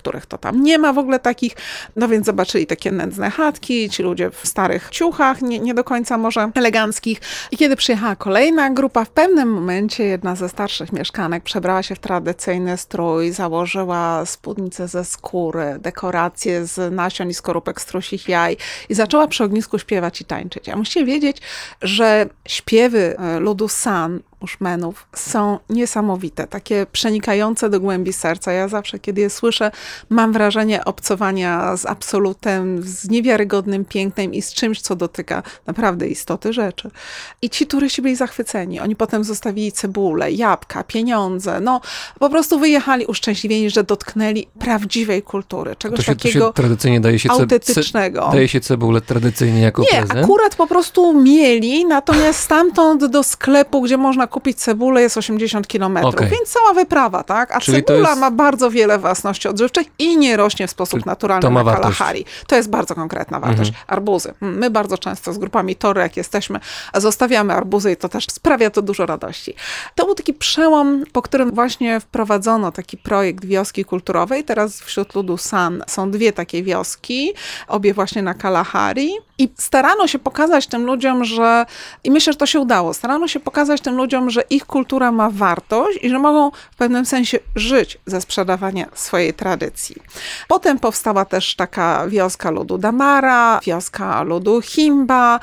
niektórych to tam nie ma w ogóle takich, no więc zobaczyli takie nędzne chatki, ci ludzie w starych ciuchach, nie do końca może eleganckich. I kiedy przyjechała kolejna grupa, w pewnym momencie jedna ze starszych mieszkanek przebrała się w tradycyjny strój, założyła spódnicę ze skóry, dekoracje z nasion i skorupek strusich jaj i zaczęła przy ognisku śpiewać i tańczyć. A musicie wiedzieć, że śpiewy ludu San, Bushmenów, są niesamowite, takie przenikające do głębi serca. Ja zawsze, kiedy je słyszę, mam wrażenie obcowania z absolutem, z niewiarygodnym pięknem i z czymś, co dotyka naprawdę istoty rzeczy. I ci turyści byli zachwyceni. Oni potem zostawili cebulę, jabłka, pieniądze. No, po prostu wyjechali uszczęśliwieni, że dotknęli prawdziwej kultury, czegoś takiego to tradycyjnie autentycznego. Daje się cebulę tradycyjnie jako prezent? Nie, akurat po prostu mieli, natomiast stamtąd do sklepu, gdzie można kupić cebulę, jest 80 kilometrów, więc cała wyprawa, tak? A czyli cebula ma bardzo wiele własności odżywczych i nie rośnie w sposób naturalny na Kalahari. To jest bardzo konkretna wartość. Arbuzy. My bardzo często z grupami Tory, jak jesteśmy, zostawiamy arbuzy i to też sprawia to dużo radości. To był taki przełom, po którym właśnie wprowadzono taki projekt wioski kulturowej. Teraz wśród ludu San są 2 takie wioski, obie właśnie na Kalahari. I starano się pokazać tym ludziom, i myślę, że to się udało, starano się pokazać tym ludziom, że ich kultura ma wartość i że mogą w pewnym sensie żyć ze sprzedawania swojej tradycji. Potem powstała też taka wioska ludu Damara, wioska ludu Himba,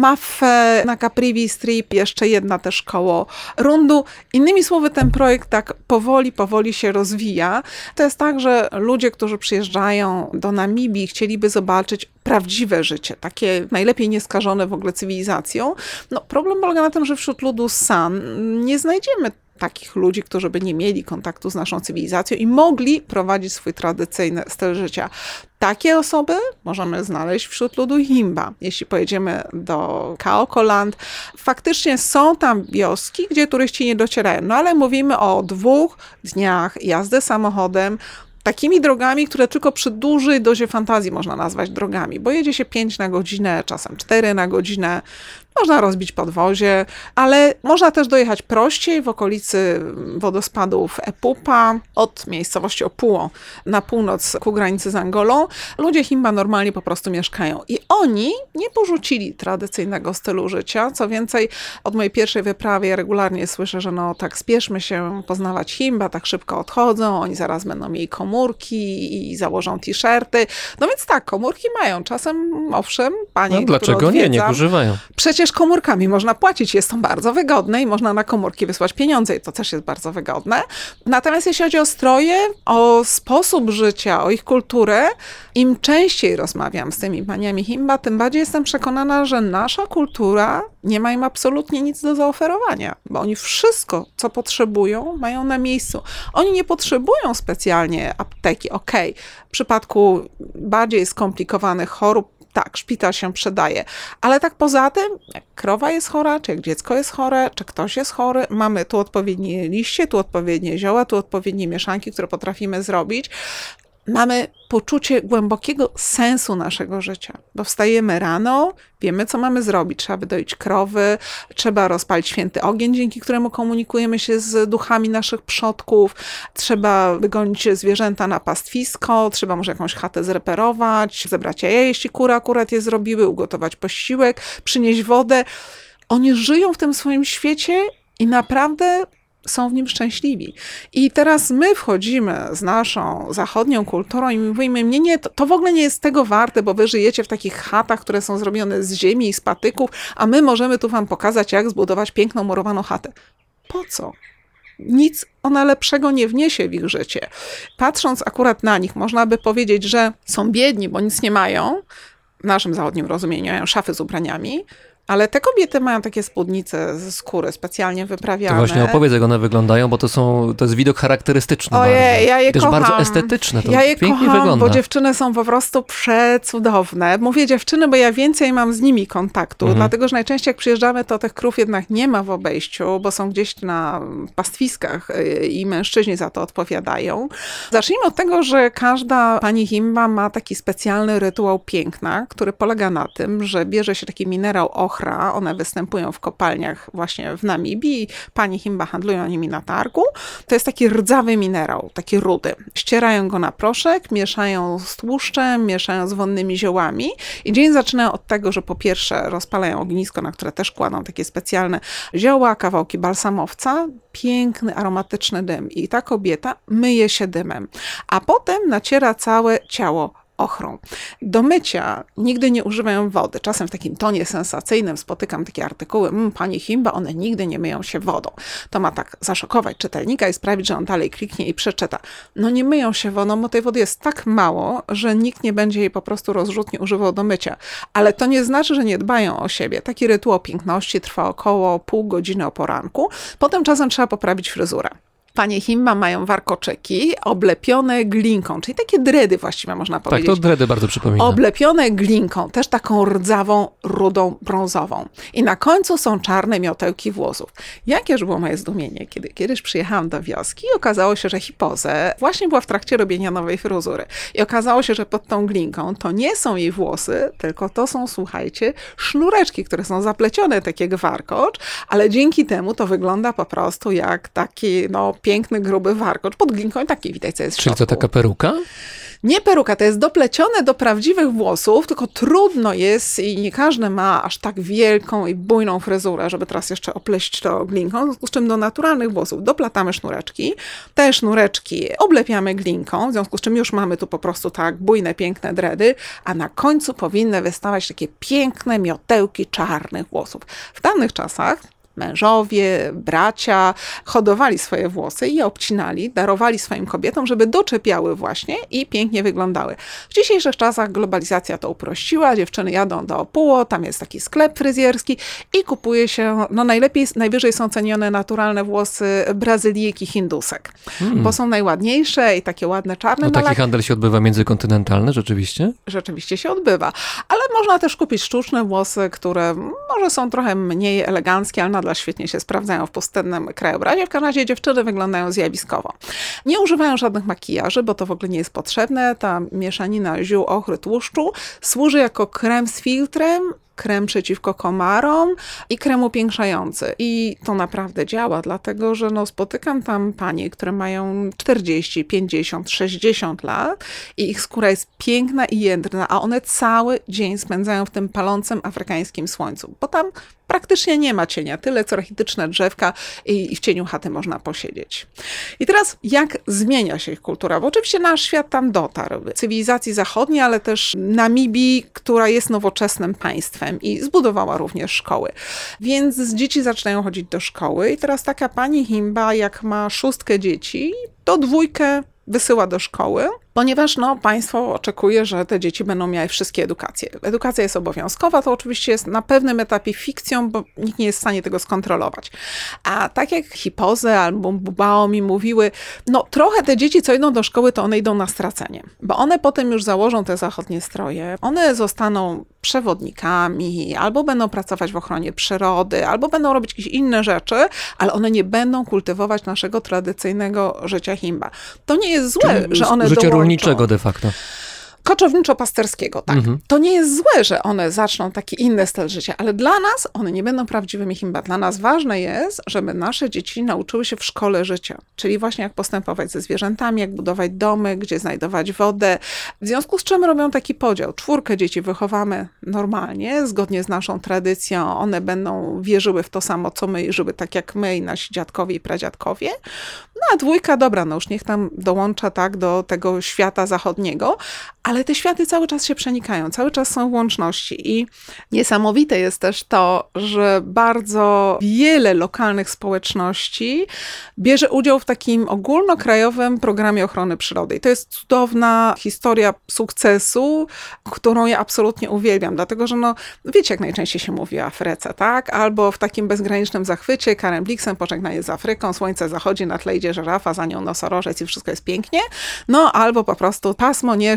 Maffe, na Caprivi Strip, jeszcze jedna też koło Rundu. Innymi słowy, ten projekt tak powoli się rozwija. To jest tak, że ludzie, którzy przyjeżdżają do Namibii, chcieliby zobaczyć prawdziwe życie, takie najlepiej nieskażone w ogóle cywilizacją. No, problem polega na tym, że wśród ludu San nie znajdziemy takich ludzi, którzy by nie mieli kontaktu z naszą cywilizacją i mogli prowadzić swój tradycyjny styl życia. Takie osoby możemy znaleźć wśród ludu Himba. Jeśli pojedziemy do Kaokoland, faktycznie są tam wioski, gdzie turyści nie docierają. No ale mówimy o 2 dniach jazdy samochodem, takimi drogami, które tylko przy dużej dozie fantazji można nazwać drogami, bo jedzie się 5 na godzinę, czasem 4 na godzinę, można rozbić podwozie, ale można też dojechać prościej w okolicy wodospadów Epupa, od miejscowości Opuo na północ ku granicy z Angolą. Ludzie Himba normalnie po prostu mieszkają i oni nie porzucili tradycyjnego stylu życia. Co więcej, od mojej pierwszej wyprawy ja regularnie słyszę, że no tak spieszmy się poznawać Himba, tak szybko odchodzą, oni zaraz będą mieli komórki i założą t-shirty. No więc tak, komórki mają. Czasem, owszem, panie, dlaczego nie? Niech używają. Przecież komórkami można płacić, jest to bardzo wygodne i można na komórki wysłać pieniądze i to też jest bardzo wygodne. Natomiast jeśli chodzi o stroje, o sposób życia, o ich kulturę, im częściej rozmawiam z tymi paniami Himba, tym bardziej jestem przekonana, że nasza kultura nie ma im absolutnie nic do zaoferowania, bo oni wszystko, co potrzebują, mają na miejscu. Oni nie potrzebują specjalnie apteki. Okej, w przypadku bardziej skomplikowanych chorób tak, szpital się przydaje, ale tak poza tym, jak krowa jest chora, czy jak dziecko jest chore, czy ktoś jest chory, mamy tu odpowiednie liście, tu odpowiednie zioła, tu odpowiednie mieszanki, które potrafimy zrobić. Mamy poczucie głębokiego sensu naszego życia, bo wstajemy rano, wiemy, co mamy zrobić. Trzeba wydoić krowy, trzeba rozpalić święty ogień, dzięki któremu komunikujemy się z duchami naszych przodków, trzeba wygonić zwierzęta na pastwisko, trzeba może jakąś chatę zreperować, zebrać jaja, jeśli kury akurat je zrobiły, ugotować posiłek, przynieść wodę. Oni żyją w tym swoim świecie i naprawdę są w nim szczęśliwi. I teraz my wchodzimy z naszą zachodnią kulturą i mówimy, nie, to w ogóle nie jest tego warte, bo wy żyjecie w takich chatach, które są zrobione z ziemi i z patyków, a my możemy tu wam pokazać, jak zbudować piękną, murowaną chatę. Po co? Nic ona lepszego nie wniesie w ich życie. Patrząc akurat na nich, można by powiedzieć, że są biedni, bo nic nie mają, w naszym zachodnim rozumieniu mają szafy z ubraniami, ale te kobiety mają takie spódnice ze skóry specjalnie wyprawiane. To właśnie opowiedz, jak one wyglądają, bo to jest widok charakterystyczny. Ojej, ja je też kocham. bardzo estetyczne, to ja je pięknie kocham, wygląda. Bo dziewczyny są po prostu przecudowne. Mówię dziewczyny, bo ja więcej mam z nimi kontaktu, dlatego że najczęściej jak przyjeżdżamy, to tych krów jednak nie ma w obejściu, bo są gdzieś na pastwiskach i mężczyźni za to odpowiadają. Zacznijmy od tego, że każda pani Himba ma taki specjalny rytuał piękna, który polega na tym, że bierze się taki minerał ochry, ochra, one występują w kopalniach właśnie w Namibii, panie Himba handlują nimi na targu. To jest taki rdzawy minerał, taki rudy. Ścierają go na proszek, mieszają z tłuszczem, mieszają z wonnymi ziołami i dzień zaczynają od tego, że po pierwsze rozpalają ognisko, na które też kładą takie specjalne zioła, kawałki balsamowca, piękny, aromatyczny dym i ta kobieta myje się dymem, a potem naciera całe ciało ochrą. Do mycia nigdy nie używają wody. Czasem w takim tonie sensacyjnym spotykam takie artykuły, pani Himba, one nigdy nie myją się wodą. To ma tak zaszokować czytelnika i sprawić, że on dalej kliknie i przeczyta. No nie myją się wodą, bo tej wody jest tak mało, że nikt nie będzie jej po prostu rozrzutnie używał do mycia. Ale to nie znaczy, że nie dbają o siebie. Taki rytuał piękności trwa około pół godziny o poranku. Potem czasem trzeba poprawić fryzurę. Panie Himba mają warkoczyki oblepione glinką, czyli takie dredy właściwie można powiedzieć. Tak, to dredy bardzo przypomina. Oblepione glinką, też taką rdzawą, rudą, brązową. I na końcu są czarne miotełki włosów. Jakież było moje zdumienie, kiedy kiedyś przyjechałam do wioski i okazało się, że Hipozę właśnie była w trakcie robienia nowej fryzury. I okazało się, że pod tą glinką to nie są jej włosy, tylko to są, słuchajcie, sznureczki, które są zaplecione, tak jak warkocz, ale dzięki temu to wygląda po prostu jak taki, piękny, gruby warkocz. Pod glinką taki widać, co jest w Czyli środku. to taka peruka? Nie peruka, to jest doplecione do prawdziwych włosów, tylko trudno jest i nie każdy ma aż tak wielką i bujną fryzurę, żeby teraz jeszcze opleść to glinką, w związku z czym do naturalnych włosów doplatamy sznureczki, te sznureczki oblepiamy glinką, w związku z czym już mamy tu po prostu tak bujne, piękne dredy, a na końcu powinny wystawać takie piękne miotełki czarnych włosów. W dawnych czasach mężowie, bracia hodowali swoje włosy i je obcinali, darowali swoim kobietom, żeby doczepiały właśnie i pięknie wyglądały. W dzisiejszych czasach globalizacja to uprościła, dziewczyny jadą do Opuło, tam jest taki sklep fryzjerski i kupuje się, najwyżej są cenione naturalne włosy Brazylijek i Hindusek, bo są najładniejsze i takie ładne, czarne. No taki handel się odbywa międzykontynentalny rzeczywiście? Rzeczywiście się odbywa, ale można też kupić sztuczne włosy, które może są trochę mniej eleganckie, ale nadal świetnie się sprawdzają w pustynnym krajobrazie. W każdym razie dziewczyny wyglądają zjawiskowo. Nie używają żadnych makijaży, bo to w ogóle nie jest potrzebne. Ta mieszanina ziół, ochry, tłuszczu służy jako krem z filtrem, krem przeciwko komarom i krem upiększający. I to naprawdę działa, dlatego że spotykam tam panie, które mają 40, 50, 60 lat i ich skóra jest piękna i jędrna, a one cały dzień spędzają w tym palącym afrykańskim słońcu, bo tam praktycznie nie ma cienia, tyle co rachityczne drzewka i w cieniu chaty można posiedzieć. I teraz jak zmienia się ich kultura? Bo oczywiście nasz świat tam dotarł. Cywilizacji zachodniej, ale też Namibii, która jest nowoczesnym państwem i zbudowała również szkoły. Więc dzieci zaczynają chodzić do szkoły i teraz taka pani Himba, jak ma 6 dzieci, to 2 wysyła do szkoły, ponieważ państwo oczekuje, że te dzieci będą miały wszystkie edukacje. Edukacja jest obowiązkowa, to oczywiście jest na pewnym etapie fikcją, bo nikt nie jest w stanie tego skontrolować. A tak jak Hipozę albo Bubao mi mówiły, trochę te dzieci, co idą do szkoły, to one idą na stracenie, bo one potem już założą te zachodnie stroje, one zostaną przewodnikami, albo będą pracować w ochronie przyrody, albo będą robić jakieś inne rzeczy, ale one nie będą kultywować naszego tradycyjnego życia Himba. To nie jest złe, że one życia rolniczego de facto. Koczowniczo-pasterskiego, tak. To nie jest złe, że one zaczną taki inny styl życia, ale dla nas one nie będą prawdziwymi Himba. Dla nas ważne jest, żeby nasze dzieci nauczyły się w szkole życia, czyli właśnie jak postępować ze zwierzętami, jak budować domy, gdzie znajdować wodę. W związku z czym robią taki podział. 4 dzieci wychowamy normalnie, zgodnie z naszą tradycją. One będą wierzyły w to samo, co my, żyły tak jak my i nasi dziadkowie i pradziadkowie. A 2, dobra, już niech tam dołącza tak do tego świata zachodniego, ale te światy cały czas się przenikają, cały czas są łączności i niesamowite jest też to, że bardzo wiele lokalnych społeczności bierze udział w takim ogólnokrajowym programie ochrony przyrody. I to jest cudowna historia sukcesu, którą ja absolutnie uwielbiam, dlatego że wiecie, jak najczęściej się mówi o Afryce, tak? Albo w takim bezgranicznym zachwycie, Karen Blixen, pożegnanie z Afryką, słońce zachodzi, na tle idzie żerafa, za nią nosorożec i wszystko jest pięknie, albo po prostu pasmo nieszczęść,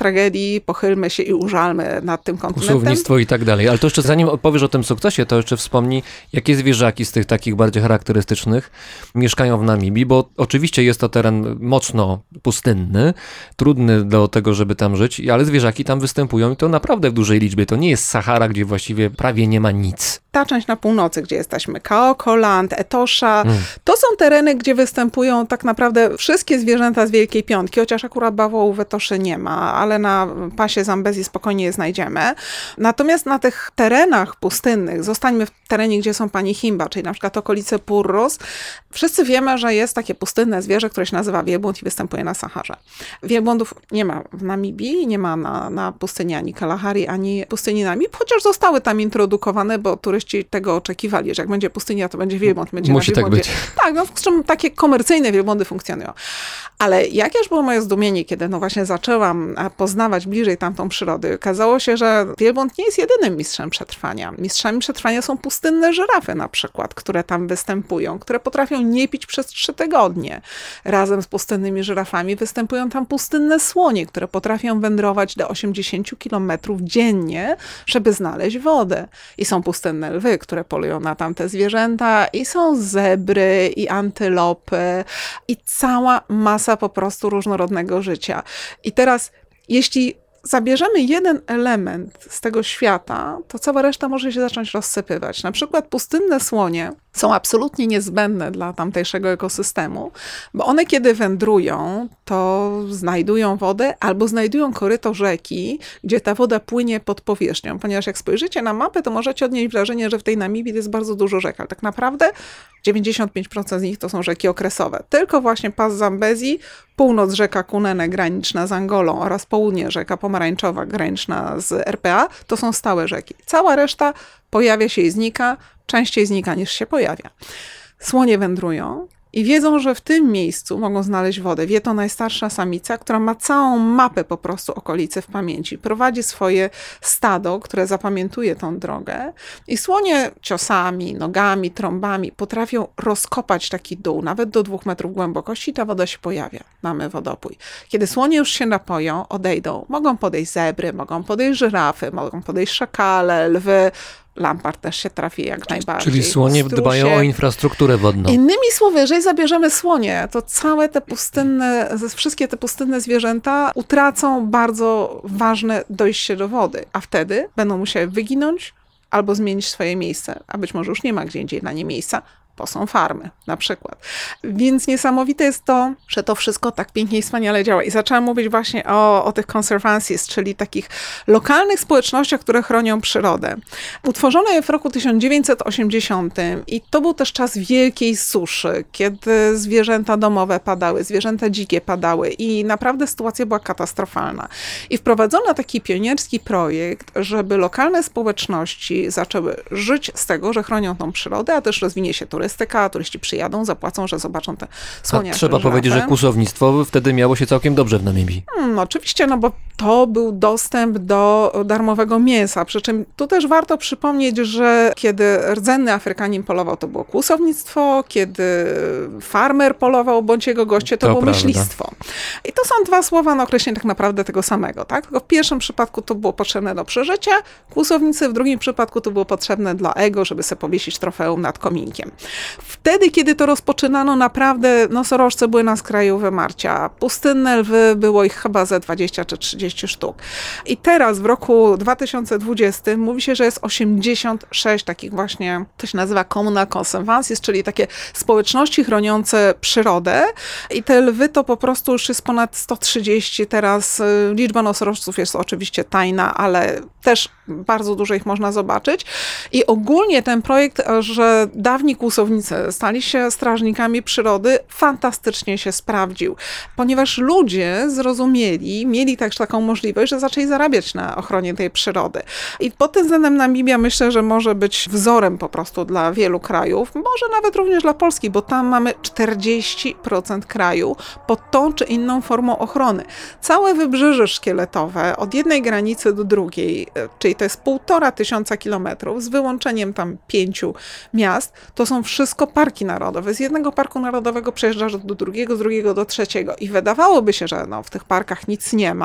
tragedii pochylmy się i użalmy nad tym kontynentem. Kłusownictwo i tak dalej. Ale to jeszcze zanim opowiesz o tym sukcesie, to jeszcze wspomnij, jakie zwierzaki z tych takich bardziej charakterystycznych mieszkają w Namibii, bo oczywiście jest to teren mocno pustynny, trudny do tego, żeby tam żyć, ale zwierzaki tam występują i to naprawdę w dużej liczbie. To nie jest Sahara, gdzie właściwie prawie nie ma nic. Ta część na północy, gdzie jesteśmy, Kaokoland, Etosha, to są tereny, gdzie występują tak naprawdę wszystkie zwierzęta z Wielkiej Piątki, chociaż akurat bawołów w Etoszy nie ma, ale na pasie Zambezji spokojnie je znajdziemy. Natomiast na tych terenach pustynnych, zostańmy w terenie, gdzie są pani Himba, czyli na przykład okolice Purros, wszyscy wiemy, że jest takie pustynne zwierzę, które się nazywa wielbłąd i występuje na Saharze. Wielbłądów nie ma w Namibii, nie ma na pustyni ani Kalahari, ani pustyni Namib, chociaż zostały tam introdukowane, bo turyści tego oczekiwali, że jak będzie pustynia, to będzie wielbłąd. Musi tak być. Tak, no, z czym takie komercyjne wielbłądy funkcjonują. Ale jakież było moje zdumienie, kiedy no właśnie zaczęłam poznawać bliżej tamtą przyrodę, okazało się, że wielbłąd nie jest jedynym mistrzem przetrwania. Mistrzami przetrwania są pustynne żyrafy na przykład, które tam występują, które potrafią nie pić przez 3 tygodnie. Razem z pustynnymi żyrafami występują tam pustynne słonie, które potrafią wędrować do 80 kilometrów dziennie, żeby znaleźć wodę. I są pustynne lwy, które polują na tamte zwierzęta, i są zebry, i antylopy, i cała masa po prostu różnorodnego życia. I teraz, jeśli zabierzemy jeden element z tego świata, to cała reszta może się zacząć rozsypywać. Na przykład pustynne słonie są absolutnie niezbędne dla tamtejszego ekosystemu, bo one kiedy wędrują, to znajdują wodę albo znajdują koryto rzeki, gdzie ta woda płynie pod powierzchnią, ponieważ jak spojrzycie na mapę, to możecie odnieść wrażenie, że w tej Namibii jest bardzo dużo rzek, ale tak naprawdę 95% z nich to są rzeki okresowe. Tylko właśnie pas Zambezji, północ rzeka Kunene graniczna z Angolą oraz południe rzeka Pomarańczowa graniczna z RPA, to są stałe rzeki. Cała reszta pojawia się i znika, częściej znika niż się pojawia. Słonie wędrują i wiedzą, że w tym miejscu mogą znaleźć wodę. Wie to najstarsza samica, która ma całą mapę po prostu okolicy w pamięci. Prowadzi swoje stado, które zapamiętuje tą drogę i słonie ciosami, nogami, trąbami potrafią rozkopać taki dół, nawet do 2 metrów głębokości, ta woda się pojawia. Mamy wodopój. Kiedy słonie już się napoją, odejdą, mogą podejść zebry, mogą podejść żyrafy, mogą podejść szakale, lwy. Lampart też się trafi jak najbardziej. Czyli słonie dbają o infrastrukturę wodną. Innymi słowy, jeżeli zabierzemy słonie, to całe te pustynne, wszystkie te pustynne zwierzęta utracą bardzo ważne dojście do wody, a wtedy będą musiały wyginąć albo zmienić swoje miejsce, a być może już nie ma gdzie indziej dla nie miejsca, bo są farmy na przykład. Więc niesamowite jest to, że to wszystko tak pięknie i wspaniale działa. I zaczęłam mówić właśnie o tych conservancies, czyli takich lokalnych społecznościach, które chronią przyrodę. Utworzono je w roku 1980 i to był też czas wielkiej suszy, kiedy zwierzęta domowe padały, zwierzęta dzikie padały i naprawdę sytuacja była katastrofalna. I wprowadzono taki pionierski projekt, żeby lokalne społeczności zaczęły żyć z tego, że chronią tą przyrodę, a też rozwinie się turystyka, turyści przyjadą, zapłacą, że zobaczą te słonia. Trzeba powiedzieć, że kłusownictwo wtedy miało się całkiem dobrze w Namibii. Oczywiście, no bo to był dostęp do darmowego mięsa. Przy czym tu też warto przypomnieć, że kiedy rdzenny Afrykanin polował, to było kłusownictwo, kiedy farmer polował bądź jego goście, to było myślistwo. I to są 2 słowa na określenie tak naprawdę tego samego. Tak? Tylko w pierwszym przypadku to było potrzebne do przeżycia kłusownicy, w drugim przypadku to było potrzebne dla ego, żeby sobie powiesić trofeum nad kominkiem. Wtedy, kiedy to rozpoczynano, naprawdę nosorożce były na skraju wymarcia. Pustynne lwy było ich chyba ze 20 czy 30 sztuk. I teraz w roku 2020 mówi się, że jest 86 takich właśnie, to się nazywa communal conservancies, czyli takie społeczności chroniące przyrodę. I te lwy to po prostu już jest ponad 130 teraz. Liczba nosorożców jest oczywiście tajna, ale też bardzo dużo ich można zobaczyć. I ogólnie ten projekt, że dawni kłusownicy stali się strażnikami przyrody, fantastycznie się sprawdził, ponieważ ludzie zrozumieli, mieli też taką możliwość, że zaczęli zarabiać na ochronie tej przyrody. I pod tym względem Namibia myślę, że może być wzorem po prostu dla wielu krajów, może nawet również dla Polski, bo tam mamy 40% kraju pod tą czy inną formą ochrony. Całe wybrzeże szkieletowe od jednej granicy do drugiej, czyli to jest 1500 kilometrów, z wyłączeniem tam 5 miast, to są wszystko parki narodowe. Z jednego parku narodowego przejeżdżasz do drugiego, z drugiego do trzeciego. I wydawałoby się, że no, w tych parkach nic nie ma,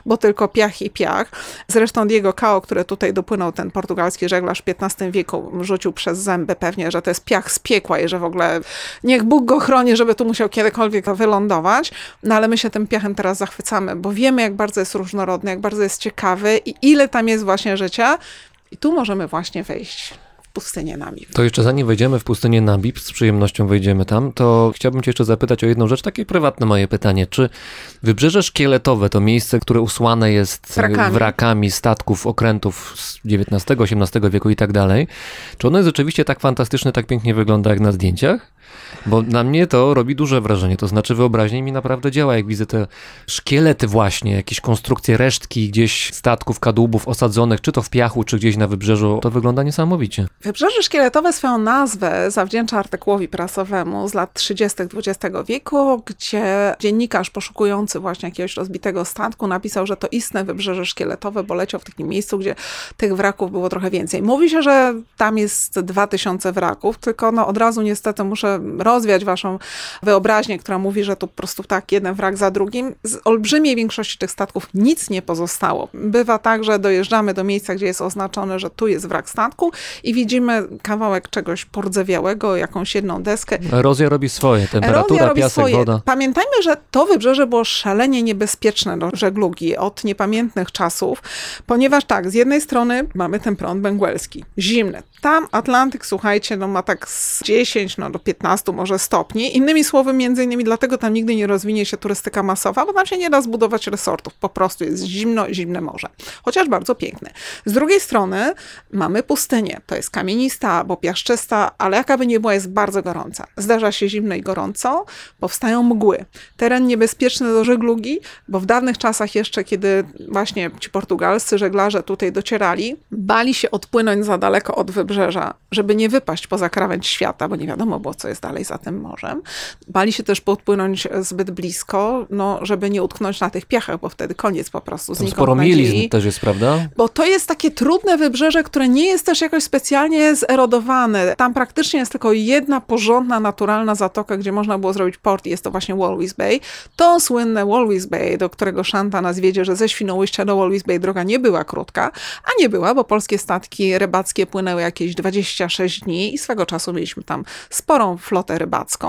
bo tylko piach i piach. Zresztą Diego Cao, który tutaj dopłynął, ten portugalski żeglarz w XV wieku, rzucił przez zęby pewnie, że to jest piach z piekła i że w ogóle niech Bóg go chroni, żeby tu musiał kiedykolwiek wylądować. No ale my się tym piachem teraz zachwycamy, bo wiemy, jak bardzo jest różnorodny, jak bardzo jest ciekawy i ile tam jest właśnie życia. I tu możemy właśnie wejść w pustynię Namib. To jeszcze zanim wejdziemy w pustynię Namib, z przyjemnością wejdziemy tam, to chciałbym cię jeszcze zapytać o jedną rzecz, takie prywatne moje pytanie. Czy Wybrzeże Szkieletowe to miejsce, które usłane jest wrakami statków, okrętów z XIX, XVIII wieku i tak dalej, czy ono jest rzeczywiście tak fantastyczne, tak pięknie wygląda jak na zdjęciach? Bo na mnie to robi duże wrażenie, to znaczy wyobraźnia mi naprawdę działa, jak widzę te szkielety właśnie, jakieś konstrukcje, resztki gdzieś statków, kadłubów osadzonych, czy to w piachu, czy gdzieś na wybrzeżu, to wygląda niesamowicie. Wybrzeże Szkieletowe swoją nazwę zawdzięcza artykułowi prasowemu z lat 30. XX wieku, gdzie dziennikarz poszukujący właśnie jakiegoś rozbitego statku napisał, że to istne Wybrzeże Szkieletowe, bo leciał w takim miejscu, gdzie tych wraków było trochę więcej. Mówi się, że tam jest 2000 wraków, tylko no od razu niestety muszę rozwiać waszą wyobraźnię, która mówi, że tu po prostu tak jeden wrak za drugim. Z olbrzymiej większości tych statków nic nie pozostało. Bywa tak, że dojeżdżamy do miejsca, gdzie jest oznaczone, że tu jest wrak statku i widzimy kawałek czegoś pordzewiałego, jakąś jedną deskę. Erozja robi swoje, temperatura, piasek, woda. Pamiętajmy, że to wybrzeże było szalenie niebezpieczne do żeglugi od niepamiętnych czasów, ponieważ tak, z jednej strony mamy ten prąd benguelski, zimny. Tam Atlantyk, słuchajcie, no ma tak z 10 do 15 może stopni. Innymi słowy, między innymi dlatego tam nigdy nie rozwinie się turystyka masowa, bo tam się nie da zbudować resortów. Po prostu jest zimno, zimne morze. Chociaż bardzo piękne. Z drugiej strony mamy pustynię. To jest kamienista albo piaszczysta, ale jaka by nie była, jest bardzo gorąca. Zdarza się zimno i gorąco, powstają mgły. Teren niebezpieczny do żeglugi, bo w dawnych czasach jeszcze, kiedy właśnie ci portugalscy żeglarze tutaj docierali, bali się odpłynąć za daleko od wybrzeża, żeby nie wypaść poza krawędź świata, bo nie wiadomo było, co jest dalej za tym morzem. Bali się też podpłynąć zbyt blisko, no, żeby nie utknąć na tych piachach, bo wtedy koniec po prostu. Tam sporo mielizn też jest, prawda? Bo to jest takie trudne wybrzeże, które nie jest też jakoś specjalnie zerodowane. Tam praktycznie jest tylko jedna porządna, naturalna zatoka, gdzie można było zrobić port i jest to właśnie Walvis Bay. To słynne Walvis Bay, do którego Szanta nas wiedzie, że ze Świnoujścia do Walvis Bay droga nie była krótka, a nie była, bo polskie statki rybackie płynęły jakieś 26 dni i swego czasu mieliśmy tam sporą flotę rybacką.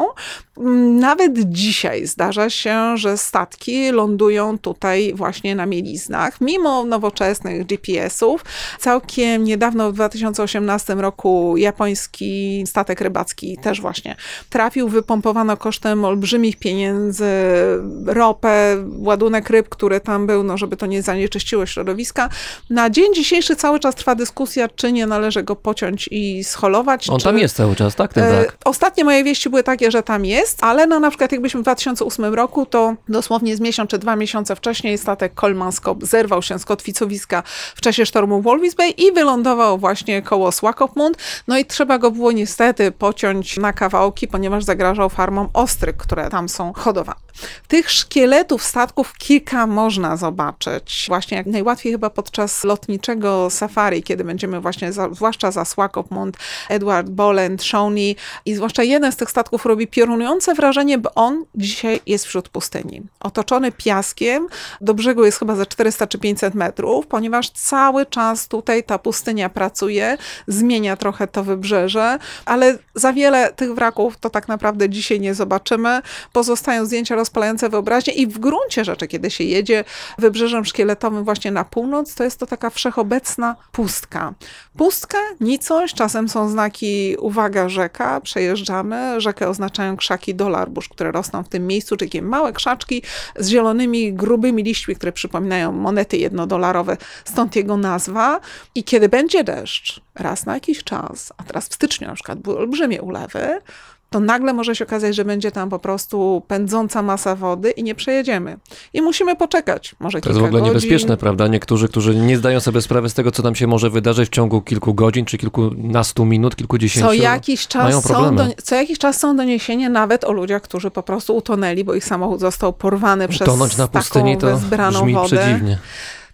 Nawet dzisiaj zdarza się, że statki lądują tutaj właśnie na mieliznach, mimo nowoczesnych GPS-ów. Całkiem niedawno w 2018 roku japoński statek rybacki też właśnie trafił, wypompowano kosztem olbrzymich pieniędzy ropę, ładunek ryb, który tam był, no żeby to nie zanieczyściło środowiska. Na dzień dzisiejszy cały czas trwa dyskusja, czy nie należy go pociąć i scholować. On tam jest cały czas, tak? Ten wrak? Ostatnie moje wieści były takie, że tam jest, ale no na przykład jakbyśmy w 2008 roku, to dosłownie z miesiąc czy 2 miesiące wcześniej statek Coleman Scope zerwał się z kotwicowiska w czasie sztormu Walvis Bay i wylądował właśnie koło Swakopmund. No i trzeba go było niestety pociąć na kawałki, ponieważ zagrażał farmom ostryg, które tam są hodowane. Tych szkieletów statków kilka można zobaczyć. Właśnie jak najłatwiej chyba podczas lotniczego safari, kiedy będziemy właśnie, zwłaszcza za Swakopmund, Edward Boland, Shawnee i zwłaszcza jeden z tych statków robi piorunujące wrażenie, bo on dzisiaj jest wśród pustyni. Otoczony piaskiem, do brzegu jest chyba za 400 czy 500 metrów, ponieważ cały czas tutaj ta pustynia pracuje, zmienia trochę to wybrzeże, ale za wiele tych wraków to tak naprawdę dzisiaj nie zobaczymy. Pozostają zdjęcia rozpalające wyobraźnię i w gruncie rzeczy, kiedy się jedzie wybrzeżem szkieletowym właśnie na północ, to jest to taka wszechobecna pustka. Pustka, nicość, czasem są znaki uwaga rzeka, przejeżdżamy, rzekę oznaczają krzaki dolarbusz, które rosną w tym miejscu, czyli takie małe krzaczki z zielonymi, grubymi liśćmi, które przypominają monety jednodolarowe, stąd jego nazwa. I kiedy będzie deszcz, raz na jakiś czas, a teraz w styczniu na przykład były olbrzymie ulewy, to nagle może się okazać, że będzie tam po prostu pędząca masa wody i nie przejedziemy. I musimy poczekać. Może to jest w ogóle niebezpieczne, prawda? Niektórzy, którzy nie zdają sobie sprawy z tego, co tam się może wydarzyć w ciągu kilku godzin, czy kilkunastu minut, kilkudziesięciu, mają problemy. Co jakiś czas są doniesienia nawet o ludziach, którzy po prostu utonęli, bo ich samochód został porwany przez Utonąć na pustyni taką wezbraną brzmi wodę. przedziwnie.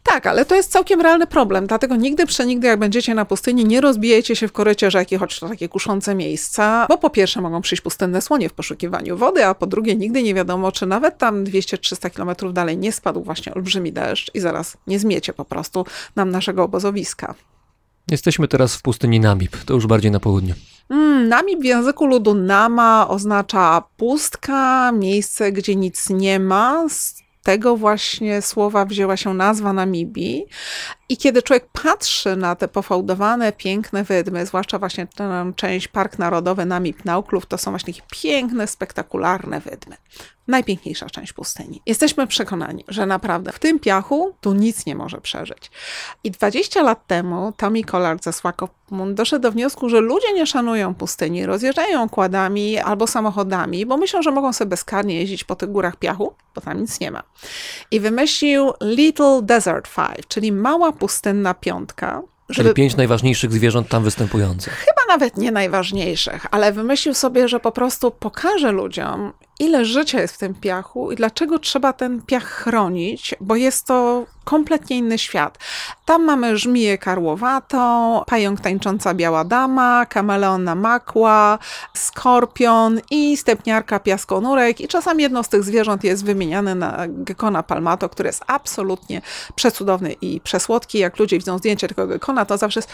Tak, ale to jest całkiem realny problem, dlatego nigdy przenigdy jak będziecie na pustyni, nie rozbijajcie się w korycie rzeki, choć to takie kuszące miejsca, bo po pierwsze mogą przyjść pustynne słonie w poszukiwaniu wody, a po drugie nigdy nie wiadomo, czy nawet tam 200-300 kilometrów dalej nie spadł właśnie olbrzymi deszcz i zaraz nie zmiecie po prostu nam naszego obozowiska. Jesteśmy teraz w pustyni Namib, to już bardziej na południu. Namib w języku ludu Nama oznacza pustka, miejsce, gdzie nic nie ma. Z tego właśnie słowa wzięła się nazwa Namibii. I kiedy człowiek patrzy na te pofałdowane, piękne wydmy, zwłaszcza właśnie tę część Park Narodowy Namib-Naukluft, to są właśnie takie piękne, spektakularne wydmy. Najpiękniejsza część pustyni. Jesteśmy przekonani, że naprawdę w tym piachu tu nic nie może przeżyć. I 20 lat temu Tommy Collard ze Swakopmund doszedł do wniosku, że ludzie nie szanują pustyni, rozjeżdżają quadami albo samochodami, bo myślą, że mogą sobie bezkarnie jeździć po tych górach piachu, bo tam nic nie ma. I wymyślił Little Desert Five, czyli mała pustynna piątka. Czyli 5 najważniejszych zwierząt tam występujących. Chyba nawet nie najważniejszych, ale wymyślił sobie, że po prostu pokaże ludziom, ile życia jest w tym piachu i dlaczego trzeba ten piach chronić, bo jest to kompletnie inny świat. Tam mamy żmiję karłowatą, pająk tańcząca biała dama, kameleona makła, skorpion i stepniarka piaskonurek i czasami jedno z tych zwierząt jest wymieniane na gekona palmato, który jest absolutnie przecudowny i przesłodki. Jak ludzie widzą zdjęcie tego gekona, to zawsze jest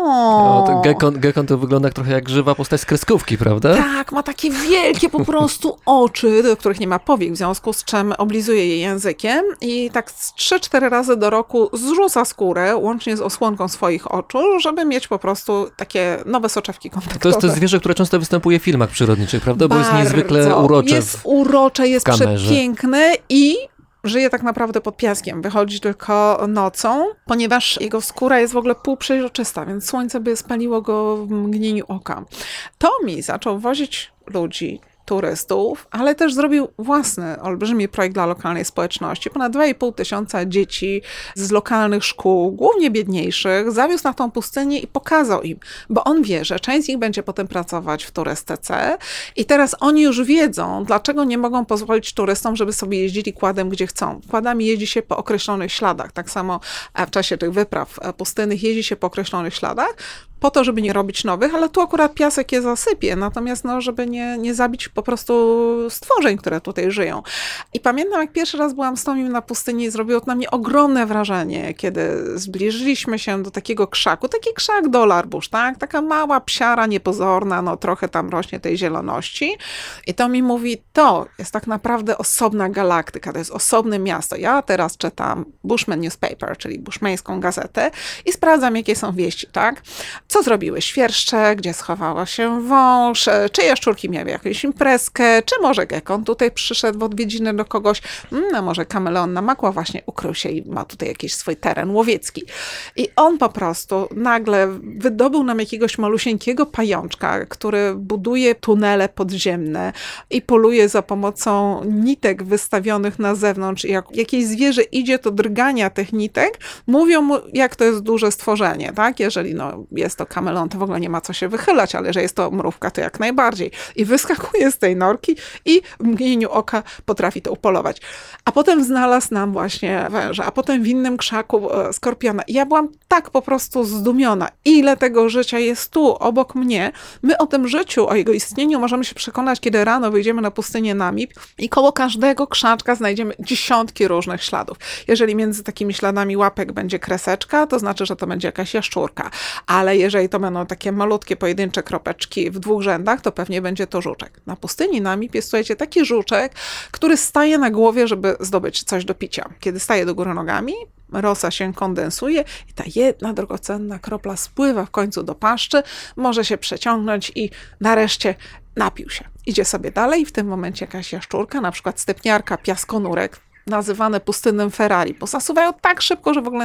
No, gekon to wygląda trochę jak żywa postać z kreskówki, prawda? Tak, ma takie wielkie po prostu oczy, do których nie ma powiek, w związku z czym oblizuje je językiem i tak 3-4 razy do roku zrzuca skórę, łącznie z osłonką swoich oczu, żeby mieć po prostu takie nowe soczewki kontaktowe. To jest to zwierzę, które często występuje w filmach przyrodniczych, prawda? Bo jest niezwykle Bardzo. urocze. Jest urocze, jest kamerze. przepiękne i żyje tak naprawdę pod piaskiem, wychodzi tylko nocą, ponieważ jego skóra jest w ogóle półprzeźroczysta, więc słońce by spaliło go w mgnieniu oka. Tommy zaczął wozić ludzi, turystów, ale też zrobił własny olbrzymi projekt dla lokalnej społeczności. Ponad 2,5 tysiąca dzieci z lokalnych szkół, głównie biedniejszych, zawiózł na tą pustynię i pokazał im, bo on wie, że część z nich będzie potem pracować w turystyce i teraz oni już wiedzą, dlaczego nie mogą pozwolić turystom, żeby sobie jeździli quadem, gdzie chcą. Quadami jeździ się po określonych śladach, tak samo w czasie tych wypraw pustynnych jeździ się po określonych śladach, po to, żeby nie robić nowych, ale tu akurat piasek je zasypie, natomiast no, żeby nie zabić po prostu stworzeń, które tutaj żyją. I pamiętam, jak pierwszy raz byłam z Tomim na pustyni, zrobiło to na mnie ogromne wrażenie, kiedy zbliżyliśmy się do takiego krzaku, taki krzak dolarbusz, tak? Taka mała psiara, niepozorna, no trochę tam rośnie tej zieloności. I Tommy mówi, to jest tak naprawdę osobna galaktyka, to jest osobne miasto. Ja teraz czytam Bushman Newspaper, czyli bushmańską gazetę i sprawdzam, jakie są wieści, tak? Co zrobiły świerszcze, gdzie schowała się wąż, czy jaszczurki miały jakąś imprezkę, czy może gekon tutaj przyszedł w odwiedziny do kogoś, no może kameleon na makła właśnie ukrył się i ma tutaj jakiś swój teren łowiecki. I on po prostu nagle wydobył nam jakiegoś malusieńkiego pajączka, który buduje tunele podziemne i poluje za pomocą nitek wystawionych na zewnątrz. I jak jakieś zwierzę idzie, to drgania tych nitek mówią mu, jak to jest duże stworzenie, tak? Jeżeli no, jest to kameleon, to w ogóle nie ma co się wychylać, ale że jest to mrówka, to jak najbardziej. I wyskakuje z tej norki i w mgnieniu oka potrafi to upolować. A potem znalazł nam właśnie węża, a potem w innym krzaku skorpiona. I ja byłam tak po prostu zdumiona, ile tego życia jest tu, obok mnie. My o tym życiu, o jego istnieniu możemy się przekonać, kiedy rano wyjdziemy na pustynię Namib i koło każdego krzaczka znajdziemy dziesiątki różnych śladów. Jeżeli między takimi śladami łapek będzie kreseczka, to znaczy, że to będzie jakaś jaszczurka. Ale jeżeli to będą takie malutkie, pojedyncze kropeczki w 2 rzędach, to pewnie będzie to żuczek. Na pustyni Namib jest, słuchajcie, taki żuczek, który staje na głowie, żeby zdobyć coś do picia. Kiedy staje do góry nogami, rosa się kondensuje i ta jedna drogocenna kropla spływa w końcu do paszczy, może się przeciągnąć i nareszcie napił się. Idzie sobie dalej i w tym momencie jakaś jaszczurka, na przykład stepniarka, piaskonurek, nazywane pustynnym Ferrari, bo zasuwają tak szybko, że w ogóle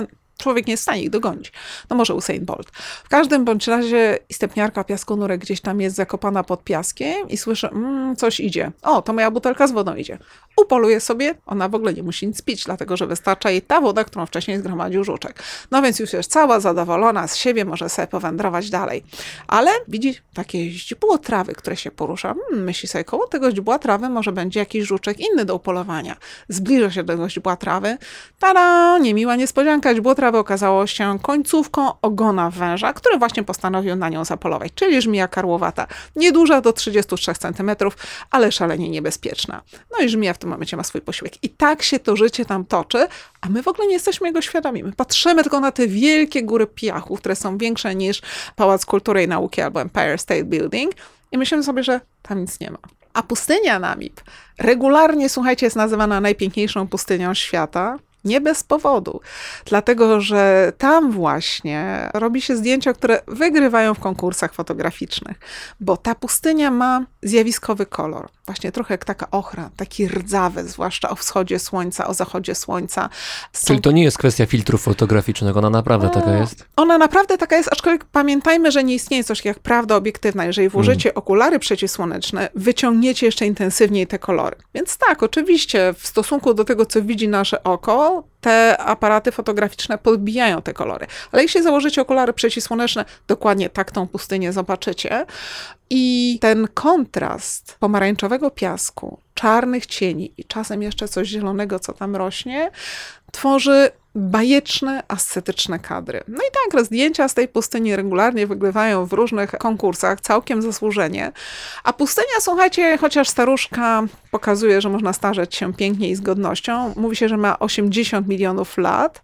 człowiek nie jest w stanie ich dogonić. No może Usain Bolt. W każdym bądź razie stepniarka piaskonurek gdzieś tam jest zakopana pod piaskiem i słyszy, coś idzie. O, to moja butelka z wodą idzie. Upoluje sobie, ona w ogóle nie musi nic pić, dlatego że wystarcza jej ta woda, którą wcześniej zgromadził żuczek. No więc już jest cała zadowolona z siebie, może sobie powędrować dalej. Ale widzi takie źdźbło trawy, które się porusza. Myśli sobie, koło tego źdźbła trawy może będzie jakiś żuczek inny do upolowania. Zbliża się do tego źdźbła trawy. Tada! Niemiła niespodzianka. Źdźbło trawy okazało się końcówką ogona węża, który właśnie postanowił na nią zapolować. Czyli żmija karłowata. Nieduża, do 33 cm, ale szalenie niebezpieczna. No i żmija w tym momencie ma swój posiłek. I tak się to życie tam toczy, a my w ogóle nie jesteśmy jego świadomi. My patrzymy tylko na te wielkie góry piachu, które są większe niż Pałac Kultury i Nauki albo Empire State Building i myślimy sobie, że tam nic nie ma. A pustynia Namib regularnie, słuchajcie, jest nazywana najpiękniejszą pustynią świata. Nie bez powodu, dlatego że tam właśnie robi się zdjęcia, które wygrywają w konkursach fotograficznych, bo ta pustynia ma zjawiskowy kolor, właśnie trochę jak taka ochra, taki rdzawy, zwłaszcza o wschodzie słońca, o zachodzie słońca. Czyli to nie jest kwestia filtru fotograficznego, ona naprawdę taka jest? Ona naprawdę taka jest, aczkolwiek pamiętajmy, że nie istnieje coś jak prawda obiektywna. Jeżeli włożycie okulary przeciwsłoneczne, wyciągniecie jeszcze intensywniej te kolory. Więc tak, oczywiście w stosunku do tego, co widzi nasze oko, te aparaty fotograficzne podbijają te kolory. Ale jeśli założycie okulary przeciwsłoneczne, dokładnie tak tą pustynię zobaczycie. I ten kontrast pomarańczowego piasku, czarnych cieni i czasem jeszcze coś zielonego, co tam rośnie, tworzy bajeczne, ascetyczne kadry. No i tak, zdjęcia z tej pustyni regularnie wygrywają w różnych konkursach, całkiem zasłużenie. A pustynia, słuchajcie, chociaż staruszka pokazuje, że można starzeć się pięknie i z godnością, mówi się, że ma 80 milionów lat,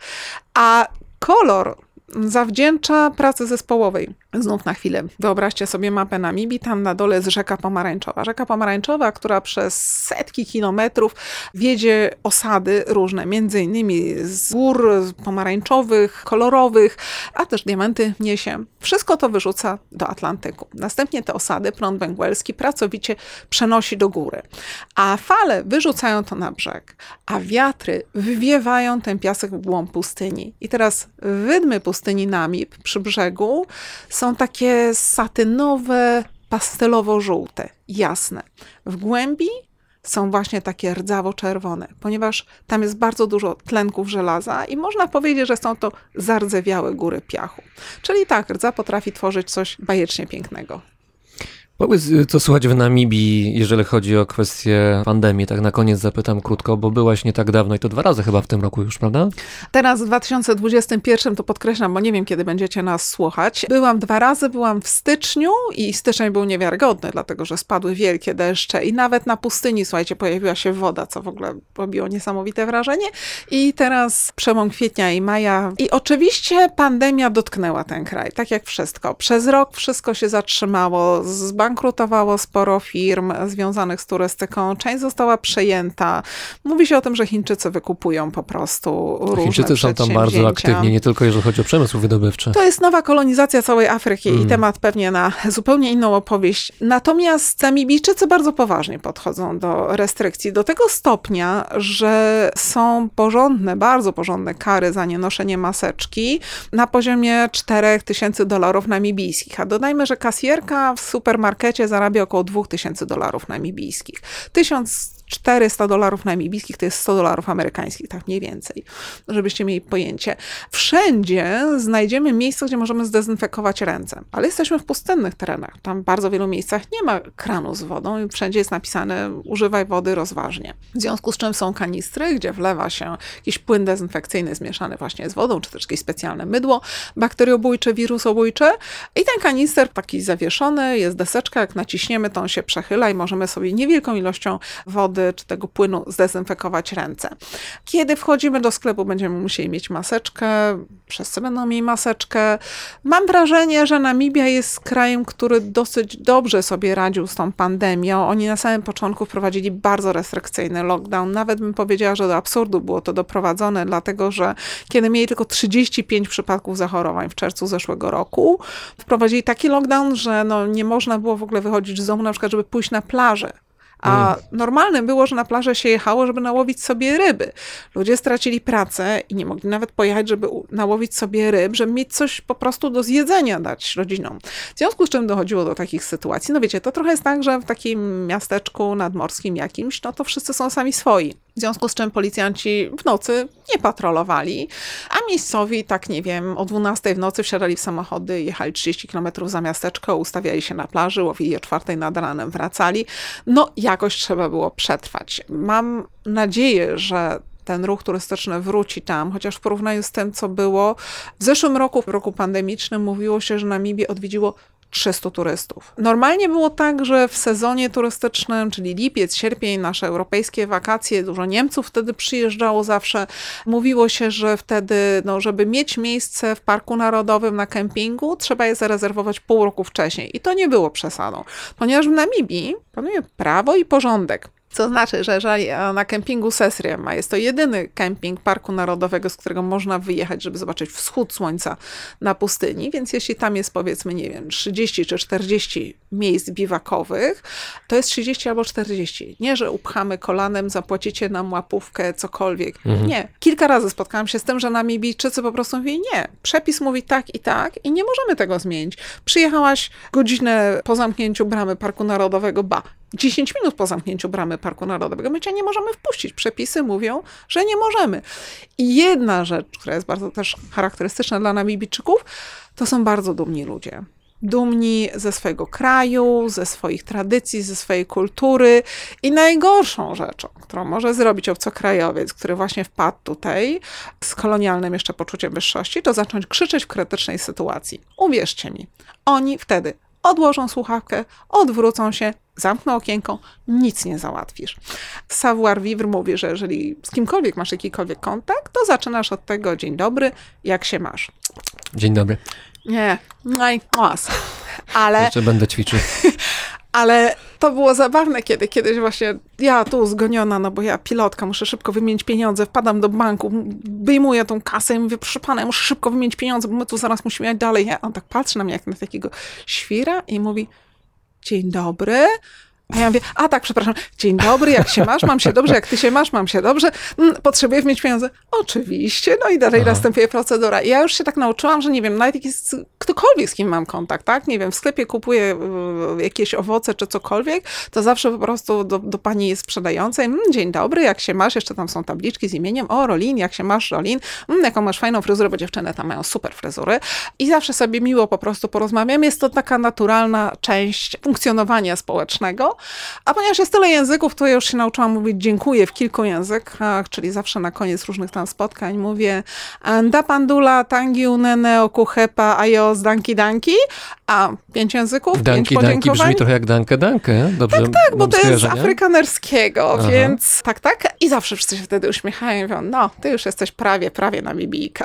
a kolor zawdzięcza pracy zespołowej. Znów na chwilę wyobraźcie sobie mapę Namibii, tam na dole jest rzeka pomarańczowa. Rzeka pomarańczowa, która przez setki kilometrów wiedzie osady różne, między innymi z gór pomarańczowych, kolorowych, a też diamenty niesie. Wszystko to wyrzuca do Atlantyku. Następnie te osady, prąd węgierski, pracowicie przenosi do góry. A fale wyrzucają to na brzeg, a wiatry wywiewają ten piasek w głąb pustyni. I teraz wydmy pustyni Namib przy brzegu są takie satynowe, pastelowo-żółte, jasne. W głębi są właśnie takie rdzawo-czerwone, ponieważ tam jest bardzo dużo tlenków żelaza i można powiedzieć, że są to zardzewiałe góry piachu. Czyli tak, rdza potrafi tworzyć coś bajecznie pięknego. Powiedz, co słychać w Namibii, jeżeli chodzi o kwestię pandemii. Tak na koniec zapytam krótko, bo byłaś nie tak dawno i to 2 razy chyba w tym roku już, prawda? Teraz w 2021 to podkreślam, bo nie wiem, kiedy będziecie nas słuchać. Byłam 2 razy, byłam w styczniu i styczeń był niewiarygodny, dlatego że spadły wielkie deszcze i nawet na pustyni, słuchajcie, pojawiła się woda, co w ogóle robiło niesamowite wrażenie. I teraz przełom kwietnia i maja. I oczywiście pandemia dotknęła ten kraj, tak jak wszystko. Przez rok wszystko się zatrzymało, zbankrutowało sporo firm związanych z turystyką, część została przejęta. Mówi się o tym, że Chińczycy wykupują po prostu różne Chińczycy są tam bardzo aktywni, nie tylko jeżeli chodzi o przemysł wydobywczy. To jest nowa kolonizacja całej Afryki i temat pewnie na zupełnie inną opowieść. Natomiast Namibijczycy bardzo poważnie podchodzą do restrykcji, do tego stopnia, że są porządne, bardzo porządne kary za nienoszenie maseczki na poziomie $4000 namibijskich. A dodajmy, że kasjerka w supermarkecie zarabia około $2000 namibijskich. $1400 namibijskich to jest $100 amerykańskich, tak mniej więcej, żebyście mieli pojęcie. Wszędzie znajdziemy miejsca, gdzie możemy zdezynfekować ręce, ale jesteśmy w pustynnych terenach. Tam w bardzo wielu miejscach nie ma kranu z wodą i wszędzie jest napisane używaj wody rozważnie. W związku z czym są kanistry, gdzie wlewa się jakiś płyn dezynfekcyjny zmieszany właśnie z wodą, czy też jakieś specjalne mydło bakteriobójcze, wirusobójcze i ten kanister taki zawieszony, jest deseczka, jak naciśniemy, to on się przechyla i możemy sobie niewielką ilością wody czy tego płynu zdezynfekować ręce. Kiedy wchodzimy do sklepu, będziemy musieli mieć maseczkę, wszyscy będą mieli maseczkę. Mam wrażenie, że Namibia jest krajem, który dosyć dobrze sobie radził z tą pandemią. Oni na samym początku wprowadzili bardzo restrykcyjny lockdown. Nawet bym powiedziała, że do absurdu było to doprowadzone, dlatego że kiedy mieli tylko 35 przypadków zachorowań w czerwcu zeszłego roku, wprowadzili taki lockdown, że nie można było w ogóle wychodzić z domu, na przykład, żeby pójść na plażę. A normalnym było, że na plażę się jechało, żeby nałowić sobie ryby. Ludzie stracili pracę i nie mogli nawet pojechać, żeby nałowić sobie ryb, żeby mieć coś po prostu do zjedzenia dać rodzinom. W związku z czym dochodziło do takich sytuacji. No wiecie, to trochę jest tak, że w takim miasteczku nadmorskim jakimś, no to wszyscy są sami swoi. W związku z czym policjanci w nocy nie patrolowali, a miejscowi, tak nie wiem, o 12 w nocy wsiadali w samochody, jechali 30 km za miasteczko, ustawiali się na plaży, łowili o 4 nad ranem, wracali. No jakoś trzeba było przetrwać. Mam nadzieję, że ten ruch turystyczny wróci tam, chociaż w porównaniu z tym, co było w zeszłym roku, w roku pandemicznym, mówiło się, że Namibię odwiedziło 300 turystów. Normalnie było tak, że w sezonie turystycznym, czyli lipiec, sierpień, nasze europejskie wakacje, dużo Niemców wtedy przyjeżdżało zawsze. Mówiło się, że wtedy, no, żeby mieć miejsce w Parku Narodowym na kempingu, trzeba je zarezerwować pół roku wcześniej. I to nie było przesadą, ponieważ w Namibii panuje prawo i porządek. Co znaczy, że jeżeli na kempingu Sesriem, a jest to jedyny kemping Parku Narodowego, z którego można wyjechać, żeby zobaczyć wschód słońca na pustyni, więc jeśli tam jest powiedzmy, nie wiem, 30 czy 40 miejsc biwakowych, to jest 30 albo 40. Nie, że upchamy kolanem, zapłacicie nam łapówkę, cokolwiek. Nie. Kilka razy spotkałam się z tym, że Namibijczycy po prostu mówili nie. Przepis mówi tak i nie możemy tego zmienić. Przyjechałaś godzinę po zamknięciu bramy Parku Narodowego, 10 minut po zamknięciu bramy Parku Narodowego, my cię nie możemy wpuścić. Przepisy mówią, że nie możemy. I jedna rzecz, która jest bardzo też charakterystyczna dla Namibijczyków, to są bardzo dumni ludzie. Dumni ze swojego kraju, ze swoich tradycji, ze swojej kultury. I najgorszą rzeczą, którą może zrobić obcokrajowiec, który właśnie wpadł tutaj z kolonialnym jeszcze poczuciem wyższości, to zacząć krzyczeć w krytycznej sytuacji. Uwierzcie mi, oni wtedy odłożą słuchawkę, odwrócą się, zamkną okienko, nic nie załatwisz. Savoir vivre mówi, że jeżeli z kimkolwiek masz jakikolwiek kontakt, to zaczynasz od tego dzień dobry, jak się masz. Dzień dobry. Nie, ale... Jeszcze będę ćwiczył. Ale to było zabawne, kiedy kiedyś właśnie ja tu zgoniona, no bo ja pilotka, muszę szybko wymienić pieniądze, wpadam do banku, wyjmuję tą kasę i mówię, proszę pana, ja muszę szybko wymienić pieniądze, bo my tu zaraz musimy jechać dalej. On tak patrzy na mnie jak na takiego świra i mówi, dzień dobry. A ja mówię, tak, przepraszam, dzień dobry, jak się masz? Mam się dobrze, jak ty się masz? Mam się dobrze. Potrzebuję mieć pieniądze? Oczywiście. No i dalej następuje procedura. I ja już się tak nauczyłam, że nie wiem, nawet jak jest ktokolwiek, z kim mam kontakt, tak? Nie wiem, w sklepie kupuję jakieś owoce czy cokolwiek, to zawsze po prostu do pani sprzedającej, dzień dobry, jak się masz? Jeszcze tam są tabliczki z imieniem, Rolin, jak się masz, Rolin? Jaką masz fajną fryzurę, bo dziewczyny tam mają super fryzury. I zawsze sobie miło po prostu porozmawiam. Jest to taka naturalna część funkcjonowania społecznego. A ponieważ jest tyle języków, to ja już się nauczyłam mówić dziękuję w kilku językach, czyli zawsze na koniec różnych tam spotkań mówię Ndapandula, tangi unene, okuhepa, ajos, danki. A 5 języków, 5 Danki podziękowań. brzmi trochę jak danke. Dobrze, Tak, bo mam to jest z skojarzenia? afrykanerskiego, więc tak. I zawsze wszyscy się wtedy uśmiechają i mówią, no, ty już jesteś prawie Namibijka.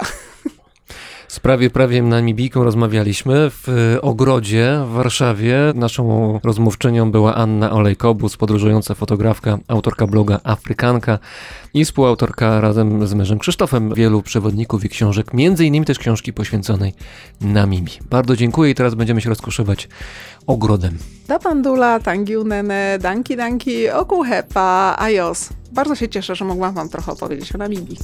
Z prawie Namibijką rozmawialiśmy w ogrodzie w Warszawie. Naszą rozmówczynią była Anna Olejkobus, podróżująca fotografka, autorka bloga Afrykanka i współautorka razem z mężem Krzysztofem wielu przewodników i książek, między innymi też książki poświęconej Namibii. Bardzo dziękuję i teraz będziemy się rozkoszywać ogrodem. Ndapandula, tangi unene, danki, okuhepa, ajos. Bardzo się cieszę, że mogłam wam trochę opowiedzieć o Namibii.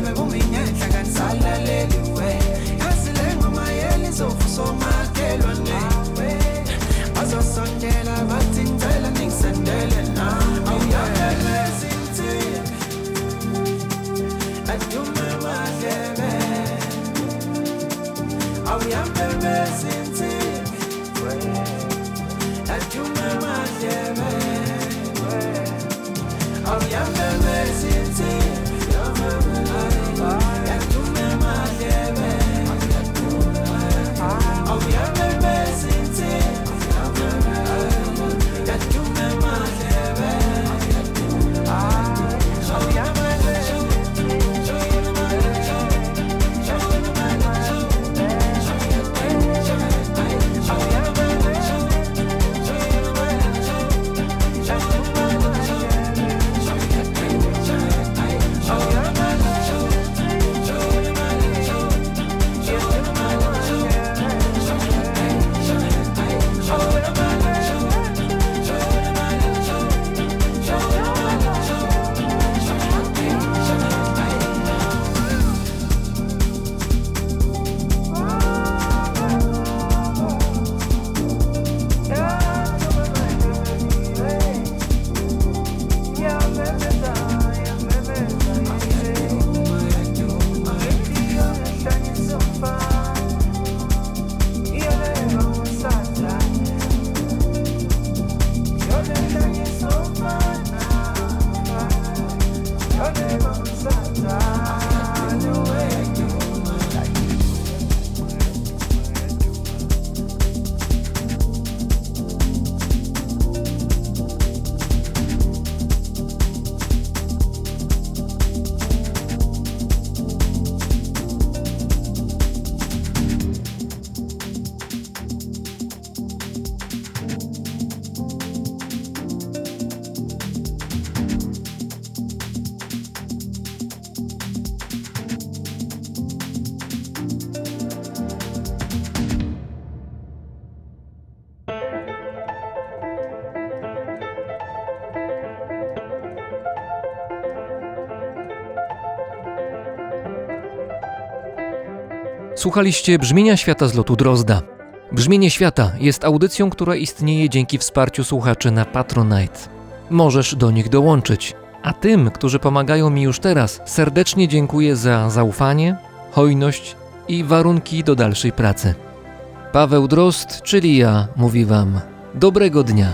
Słuchaliście Brzmienia Świata z lotu Drozda. Brzmienie Świata jest audycją, która istnieje dzięki wsparciu słuchaczy na Patronite. Możesz do nich dołączyć. A tym, którzy pomagają mi już teraz, serdecznie dziękuję za zaufanie, hojność i warunki do dalszej pracy. Paweł Drozd, czyli ja, mówi Wam dobrego dnia.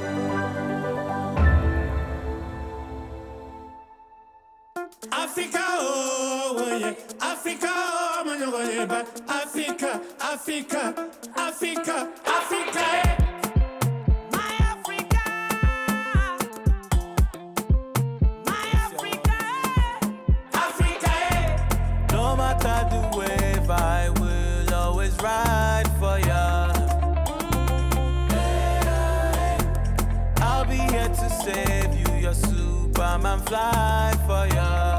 Africa, oh yeah, Africa, oh man, you're going back. Africa, Africa, Africa, Africa. Eh. My Africa, my Africa, Africa. Eh. No matter the wave, I will always ride for ya. I'll be here to save you, your Superman fly for ya.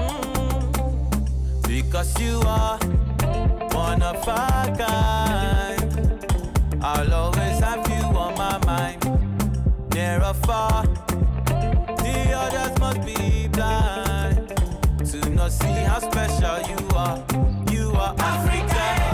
Because you are one of a kind. I'll always have you on my mind. Near or far, the others must be blind to not see how special you are. You are Africa.